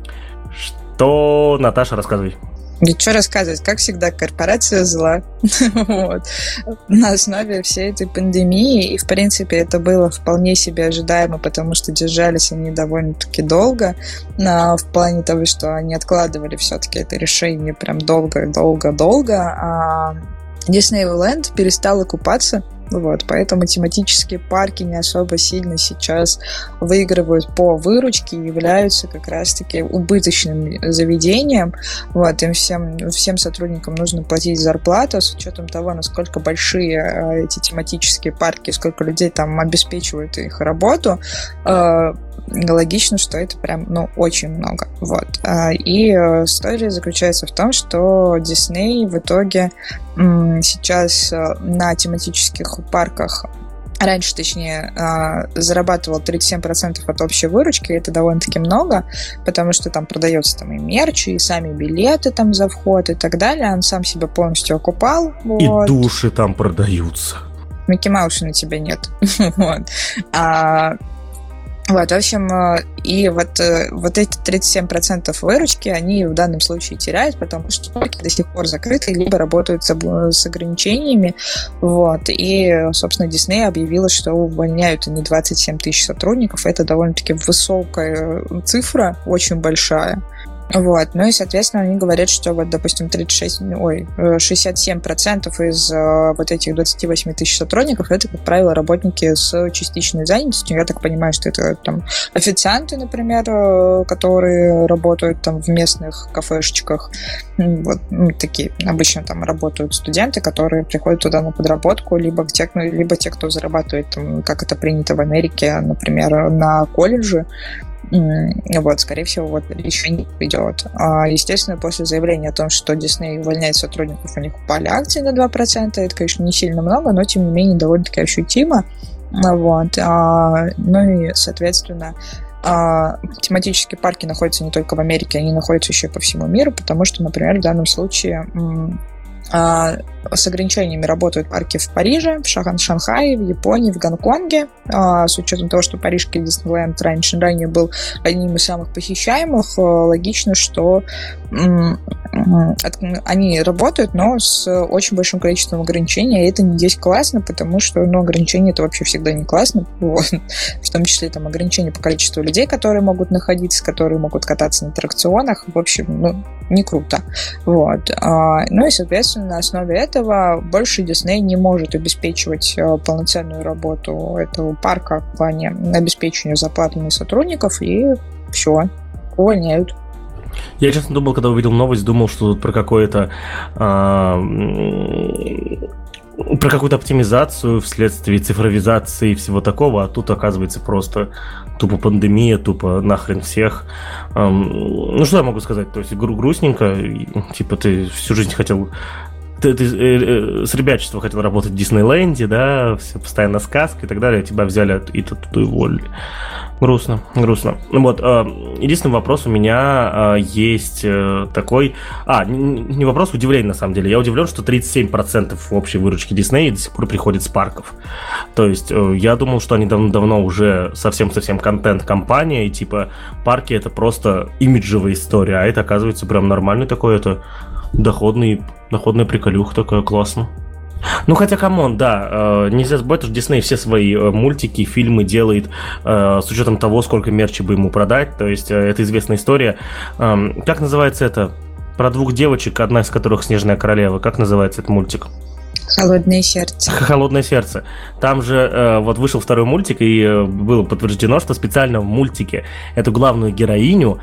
То, Наташа, рассказывай. И что рассказывать? Как всегда, корпорация зла. Вот. На основе всей этой пандемии, и, в принципе, это было вполне себе ожидаемо, потому что держались они довольно-таки долго, в плане того, что они откладывали все-таки это решение прям долго-долго-долго, а Диснейленд перестал окупаться. Вот, поэтому тематические парки не особо сильно сейчас выигрывают по выручке и являются как раз-таки убыточным заведением. Вот, им всем, всем сотрудникам нужно платить зарплату с учетом того, насколько большие эти тематические парки, сколько людей там обеспечивают их работу. Логично, что это прям, ну, очень много. Вот. И история заключается в том, что Disney в итоге сейчас на тематических парках, раньше, точнее, зарабатывал тридцать семь процентов от общей выручки, это довольно-таки много, потому что там продается там и мерч, и сами билеты там за вход и так далее, он сам себя полностью окупал. И вот. Души там продаются. Микки Мауса на тебя нет. Вот. А Вот, в общем, и вот, вот эти тридцать семь процентов выручки они в данном случае теряют, потому что парки до сих пор закрыты, либо работают с, с ограничениями. Вот, и, собственно, Disney объявила, что увольняют они двадцать семь тысяч сотрудников. Это довольно-таки высокая цифра, очень большая. Вот. Ну и, соответственно, они говорят, что вот, допустим, тридцать шесть, ой, шестьдесят семь процентов из э, вот этих двадцать восемь тысяч сотрудников это, как правило, работники с частичной занятостью. Я так понимаю, что это там официанты, например, э, которые работают там в местных кафешечках. Вот, ну, такие обычно там работают студенты, которые приходят туда на подработку, либо те, либо те, кто зарабатывает, там, как это принято в Америке, например, на колледже. Вот, скорее всего, вот решение придет. Естественно, после заявления о том, что Disney увольняет сотрудников, у них упали акции на два процента. Это, конечно, не сильно много, но, тем не менее, довольно-таки ощутимо. Вот. Ну и, соответственно, тематические парки находятся не только в Америке, они находятся еще и по всему миру, потому что, например, в данном случае с ограничениями работают парки в Париже, в Шанхае, в Японии, в Гонконге. С учетом того, что парижский Диснейленд раньше ранее был одним из самых посещаемых, логично, что они работают, но с очень большим количеством ограничений, и это не есть классно, потому что, ну, ограничения это вообще всегда не классно, вот. В том числе там ограничения по количеству людей, которые могут находиться, которые могут кататься на аттракционах, в общем, ну, не круто. Вот. Ну и, соответственно, на основе этого больше Disney не может обеспечивать полноценную работу этого парка в плане обеспечения зарплатами сотрудников, и все, увольняют. Я, честно, думал, когда увидел новость, думал, что тут про какое-то а, про какую-то оптимизацию вследствие цифровизации и всего такого, а тут, оказывается, просто тупо пандемия, тупо нахрен всех. Ну, что я могу сказать? То есть гру- грустненько, типа ты всю жизнь хотел... Ты, ты э, с ребячества хотел работать в Диснейленде, да, все постоянно сказка и так далее, тебя взяли и тут и уволили. Грустно, грустно. Вот, э, единственный вопрос у меня э, есть э, такой... А, не, не вопрос, удивление на самом деле. Я удивлен, что тридцать семь процентов общей выручки Диснея до сих пор приходит с парков. То есть э, я думал, что они давно-давно уже совсем-совсем контент-компания, и типа парки это просто имиджевая история, а это, оказывается, прям нормальный такой, это доходный, доходная приколюха такая, классно. Ну, хотя, камон, да, э, нельзя забывать, что Дисней все свои э, мультики, фильмы делает э, с учетом того, сколько мерча бы ему продать, то есть э, это известная история. Э, как называется это? Про двух девочек, одна из которых Снежная королева. Как называется этот мультик? «Холодное сердце». «Холодное сердце». Там же э, вот вышел второй мультик, и э, было подтверждено, что специально в мультике эту главную героиню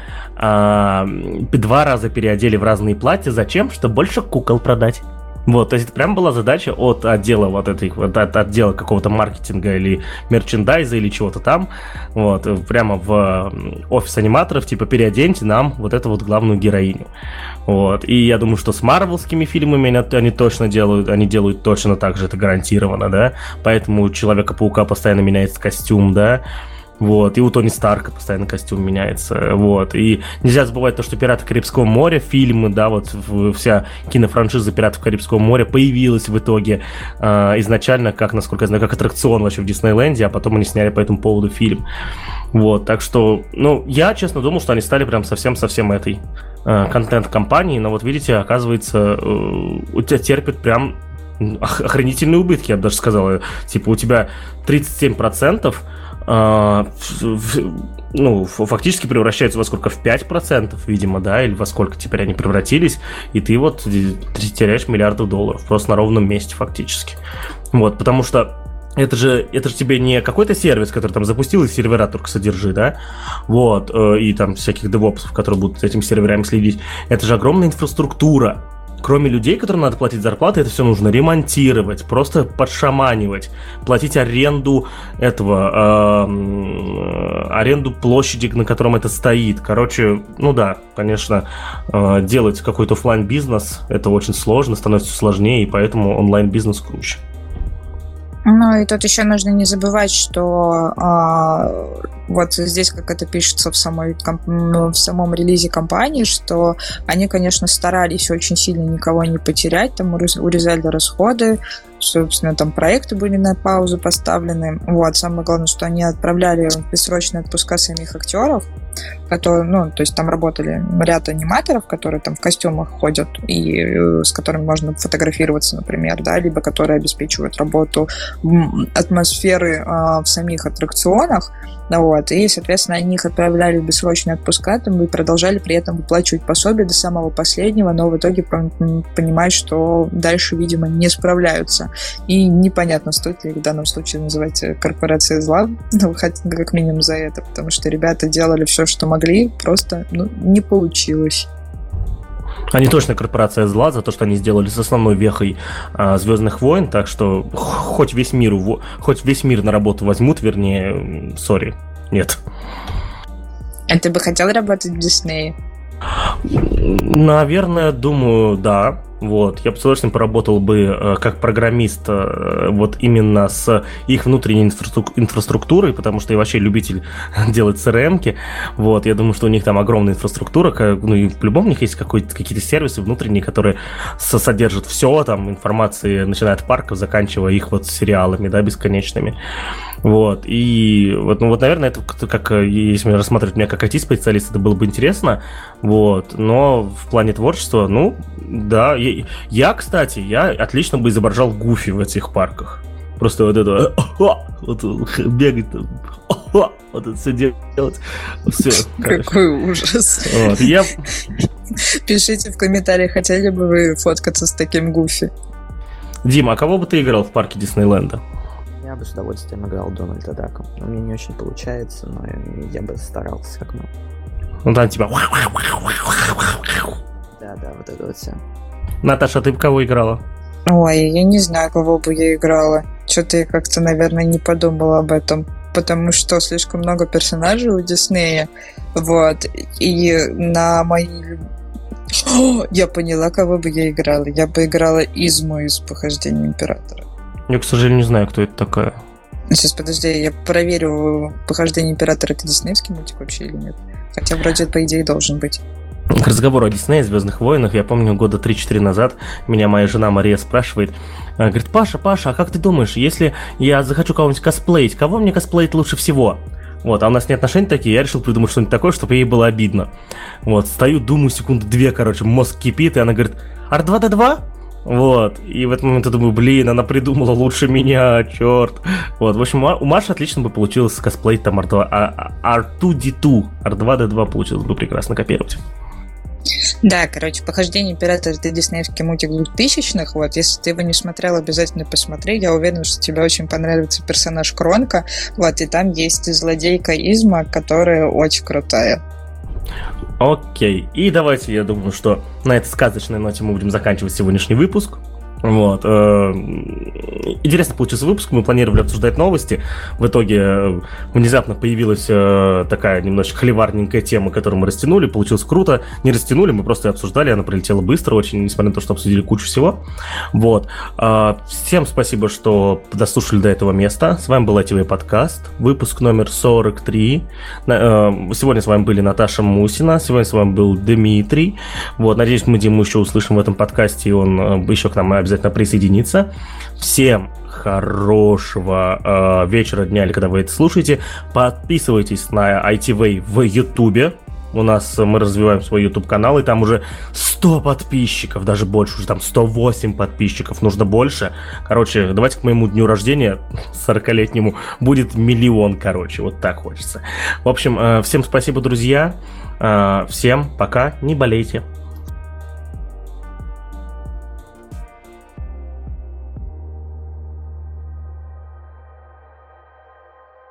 э, два раза переодели в разные платья. Зачем? Чтобы больше кукол продать. Вот, то есть это прям была задача от отдела вот этой, вот, от отдела какого-то маркетинга или мерчендайза или чего-то там, вот, прямо в офис аниматоров, типа, переоденьте нам вот эту вот главную героиню. Вот, и я думаю, что с марвелскими фильмами они, они точно делают, они делают точно так же, это гарантированно, да, поэтому у Человека-паука постоянно меняется костюм, да. Вот, и у Тони Старка постоянно костюм меняется, вот, и нельзя забывать то, что «Пираты Карибского моря», фильмы, да, вот вся кинофраншиза «Пиратов Карибского моря» появилась в итоге э, изначально, как, насколько я знаю, как аттракцион вообще в Диснейленде, а потом они сняли по этому поводу фильм, вот, так что, ну, я, честно, думал, что они стали прям совсем-совсем этой э, контент-компанией, но вот, видите, оказывается, э, у тебя терпят прям охренительные убытки, я бы даже сказал, типа, у тебя тридцать семь процентов Uh, в, в, ну, фактически превращается во сколько? В пять процентов, видимо, да, или во сколько теперь они превратились, и ты вот ты теряешь миллиардов долларов просто на ровном месте фактически. Вот, потому что это же, это же тебе не какой-то сервис, который там запустил и сервера только содержи, да, вот, и там всяких девопсов, которые будут за этими серверами следить. Это же огромная инфраструктура. Кроме людей, которым надо платить зарплаты, это все нужно ремонтировать, просто подшаманивать, платить аренду этого, э, аренду площади, на котором это стоит. Короче, ну да, конечно, э, делать какой-то офлайн-бизнес это очень сложно, становится сложнее, и поэтому онлайн-бизнес круче. Ну и тут еще нужно не забывать, что а, вот здесь, как это пишется в, самой, в самом релизе компании, что они, конечно, старались очень сильно никого не потерять, там урезали расходы, собственно, там проекты были на паузу поставлены. Вот, самое главное, что они отправляли в бессрочные отпуска самих актеров, которые, ну, то есть там работали ряд аниматоров, которые там в костюмах ходят и э, с которыми можно фотографироваться, например, да, либо которые обеспечивают работу атмосферы э, в самих аттракционах. Вот, и, соответственно, они их отправляли в бессрочные отпуска, там, и продолжали при этом выплачивать пособие до самого последнего, но в итоге понимают, что дальше, видимо, не справляются. И непонятно, стоит ли в данном случае называть корпорацией зла, ну, хотя как минимум за это, потому что ребята делали все, что могли, просто ну, не получилось. Они точно корпорация зла за то, что они сделали с основной вехой а, «Звездных войн», так что хоть весь мир, хоть весь мир на работу возьмут, вернее, сори, нет. А ты бы хотел работать в Диснее? Наверное, думаю, да. Вот. Я бы с удовольствием поработал бы э, как программист э, вот именно с их внутренней инфраструк- инфраструктурой, потому что я вообще любитель делать си эр эм-ки. Вот. Я думаю, что у них там огромная инфраструктура, как, ну и по-любому у них есть какие-то сервисы внутренние, которые со- содержат все, там, информации, начиная от парков, заканчивая их вот сериалами, да, бесконечными. Вот. И вот, ну, вот, наверное, это как, если рассматривать меня как ай ти-специалист, это было бы интересно. Вот. Но в плане творчества, ну, да. Я, я, кстати, я отлично бы изображал Гуфи в этих парках. Просто вот это вот, бегать там, вот это все делать. Все, какой ужас. Вот. Я... Пишите в комментариях, хотели бы вы фоткаться с таким Гуфи. Дима, а кого бы ты играл в парке Диснейленда? Я бы с удовольствием играл Дональда Дака. У меня не очень получается, но я бы старался как мог. Ну там типа... Да, да, вот это вот все. Наташа, ты бы кого играла? Ой, я не знаю, кого бы я играла. Что-то я как-то, наверное, не подумала об этом. Потому что слишком много персонажей у Диснея. Вот. И на мои... О, я поняла, кого бы я играла. Я бы играла Изму из «Похождения императора». Я, к сожалению, не знаю, кто это такая. Сейчас, подожди, я проверю, «Похождение императора» — это диснеевский мультик вообще или нет? Хотя вроде, по идее, должен быть. К разговору о Диснее, «Звездных войнах», я помню, года три-четыре назад меня моя жена Мария спрашивает, говорит: Паша, Паша, а как ты думаешь, если я захочу кого-нибудь косплеить, кого мне косплеить лучше всего? Вот, а у нас не отношения такие, я решил придумать что-нибудь такое, чтобы ей было обидно. Вот, стою, думаю, секунду две, короче, мозг кипит, и она говорит: ар два дэ два? Вот, и в этот момент я думаю, блин, она придумала лучше меня, черт. Вот, в общем, у Маши отлично бы получилось косплеить там ар два, ар ту ди ту, ар два дэ два получилось бы прекрасно копировать. Да, короче, «Похождение императора» — это диснеевский мультик двухтысячных. Вот, если ты его не смотрел, обязательно посмотри. Я уверена, что тебе очень понравится персонаж Кронка. Вот, и там есть злодейка Изма, которая очень крутая. Окей, и давайте, я думаю, что на этой сказочной ноте мы будем заканчивать сегодняшний выпуск. Вот. Интересно получился выпуск, мы планировали обсуждать новости. В итоге внезапно появилась такая немножечко холиварненькая тема, которую мы растянули. Получилось круто. Не растянули, мы просто ее обсуждали, она пролетела быстро очень, несмотря на то, что обсудили кучу всего. Вот. Всем спасибо, что дослушали до этого места. С вами был ай ти ви подкаст, выпуск номер сорок три. Сегодня с вами были Наташа Мусина, сегодня с вами был Дмитрий. Вот. Надеюсь, мы Диму еще услышим в этом подкасте, и он еще к нам обязательно присоединиться. Всем хорошего э, вечера, дня, или когда вы это слушаете. Подписывайтесь на ай ти ви в Ютубе. У нас мы развиваем свой YouTube-канал, и там уже сто подписчиков, даже больше, уже там сто восемь подписчиков, нужно больше. Короче, давайте к моему дню рождения, сорокалетнему, будет миллион, короче, вот так хочется. В общем, э, всем спасибо, друзья. Э, всем пока, не болейте.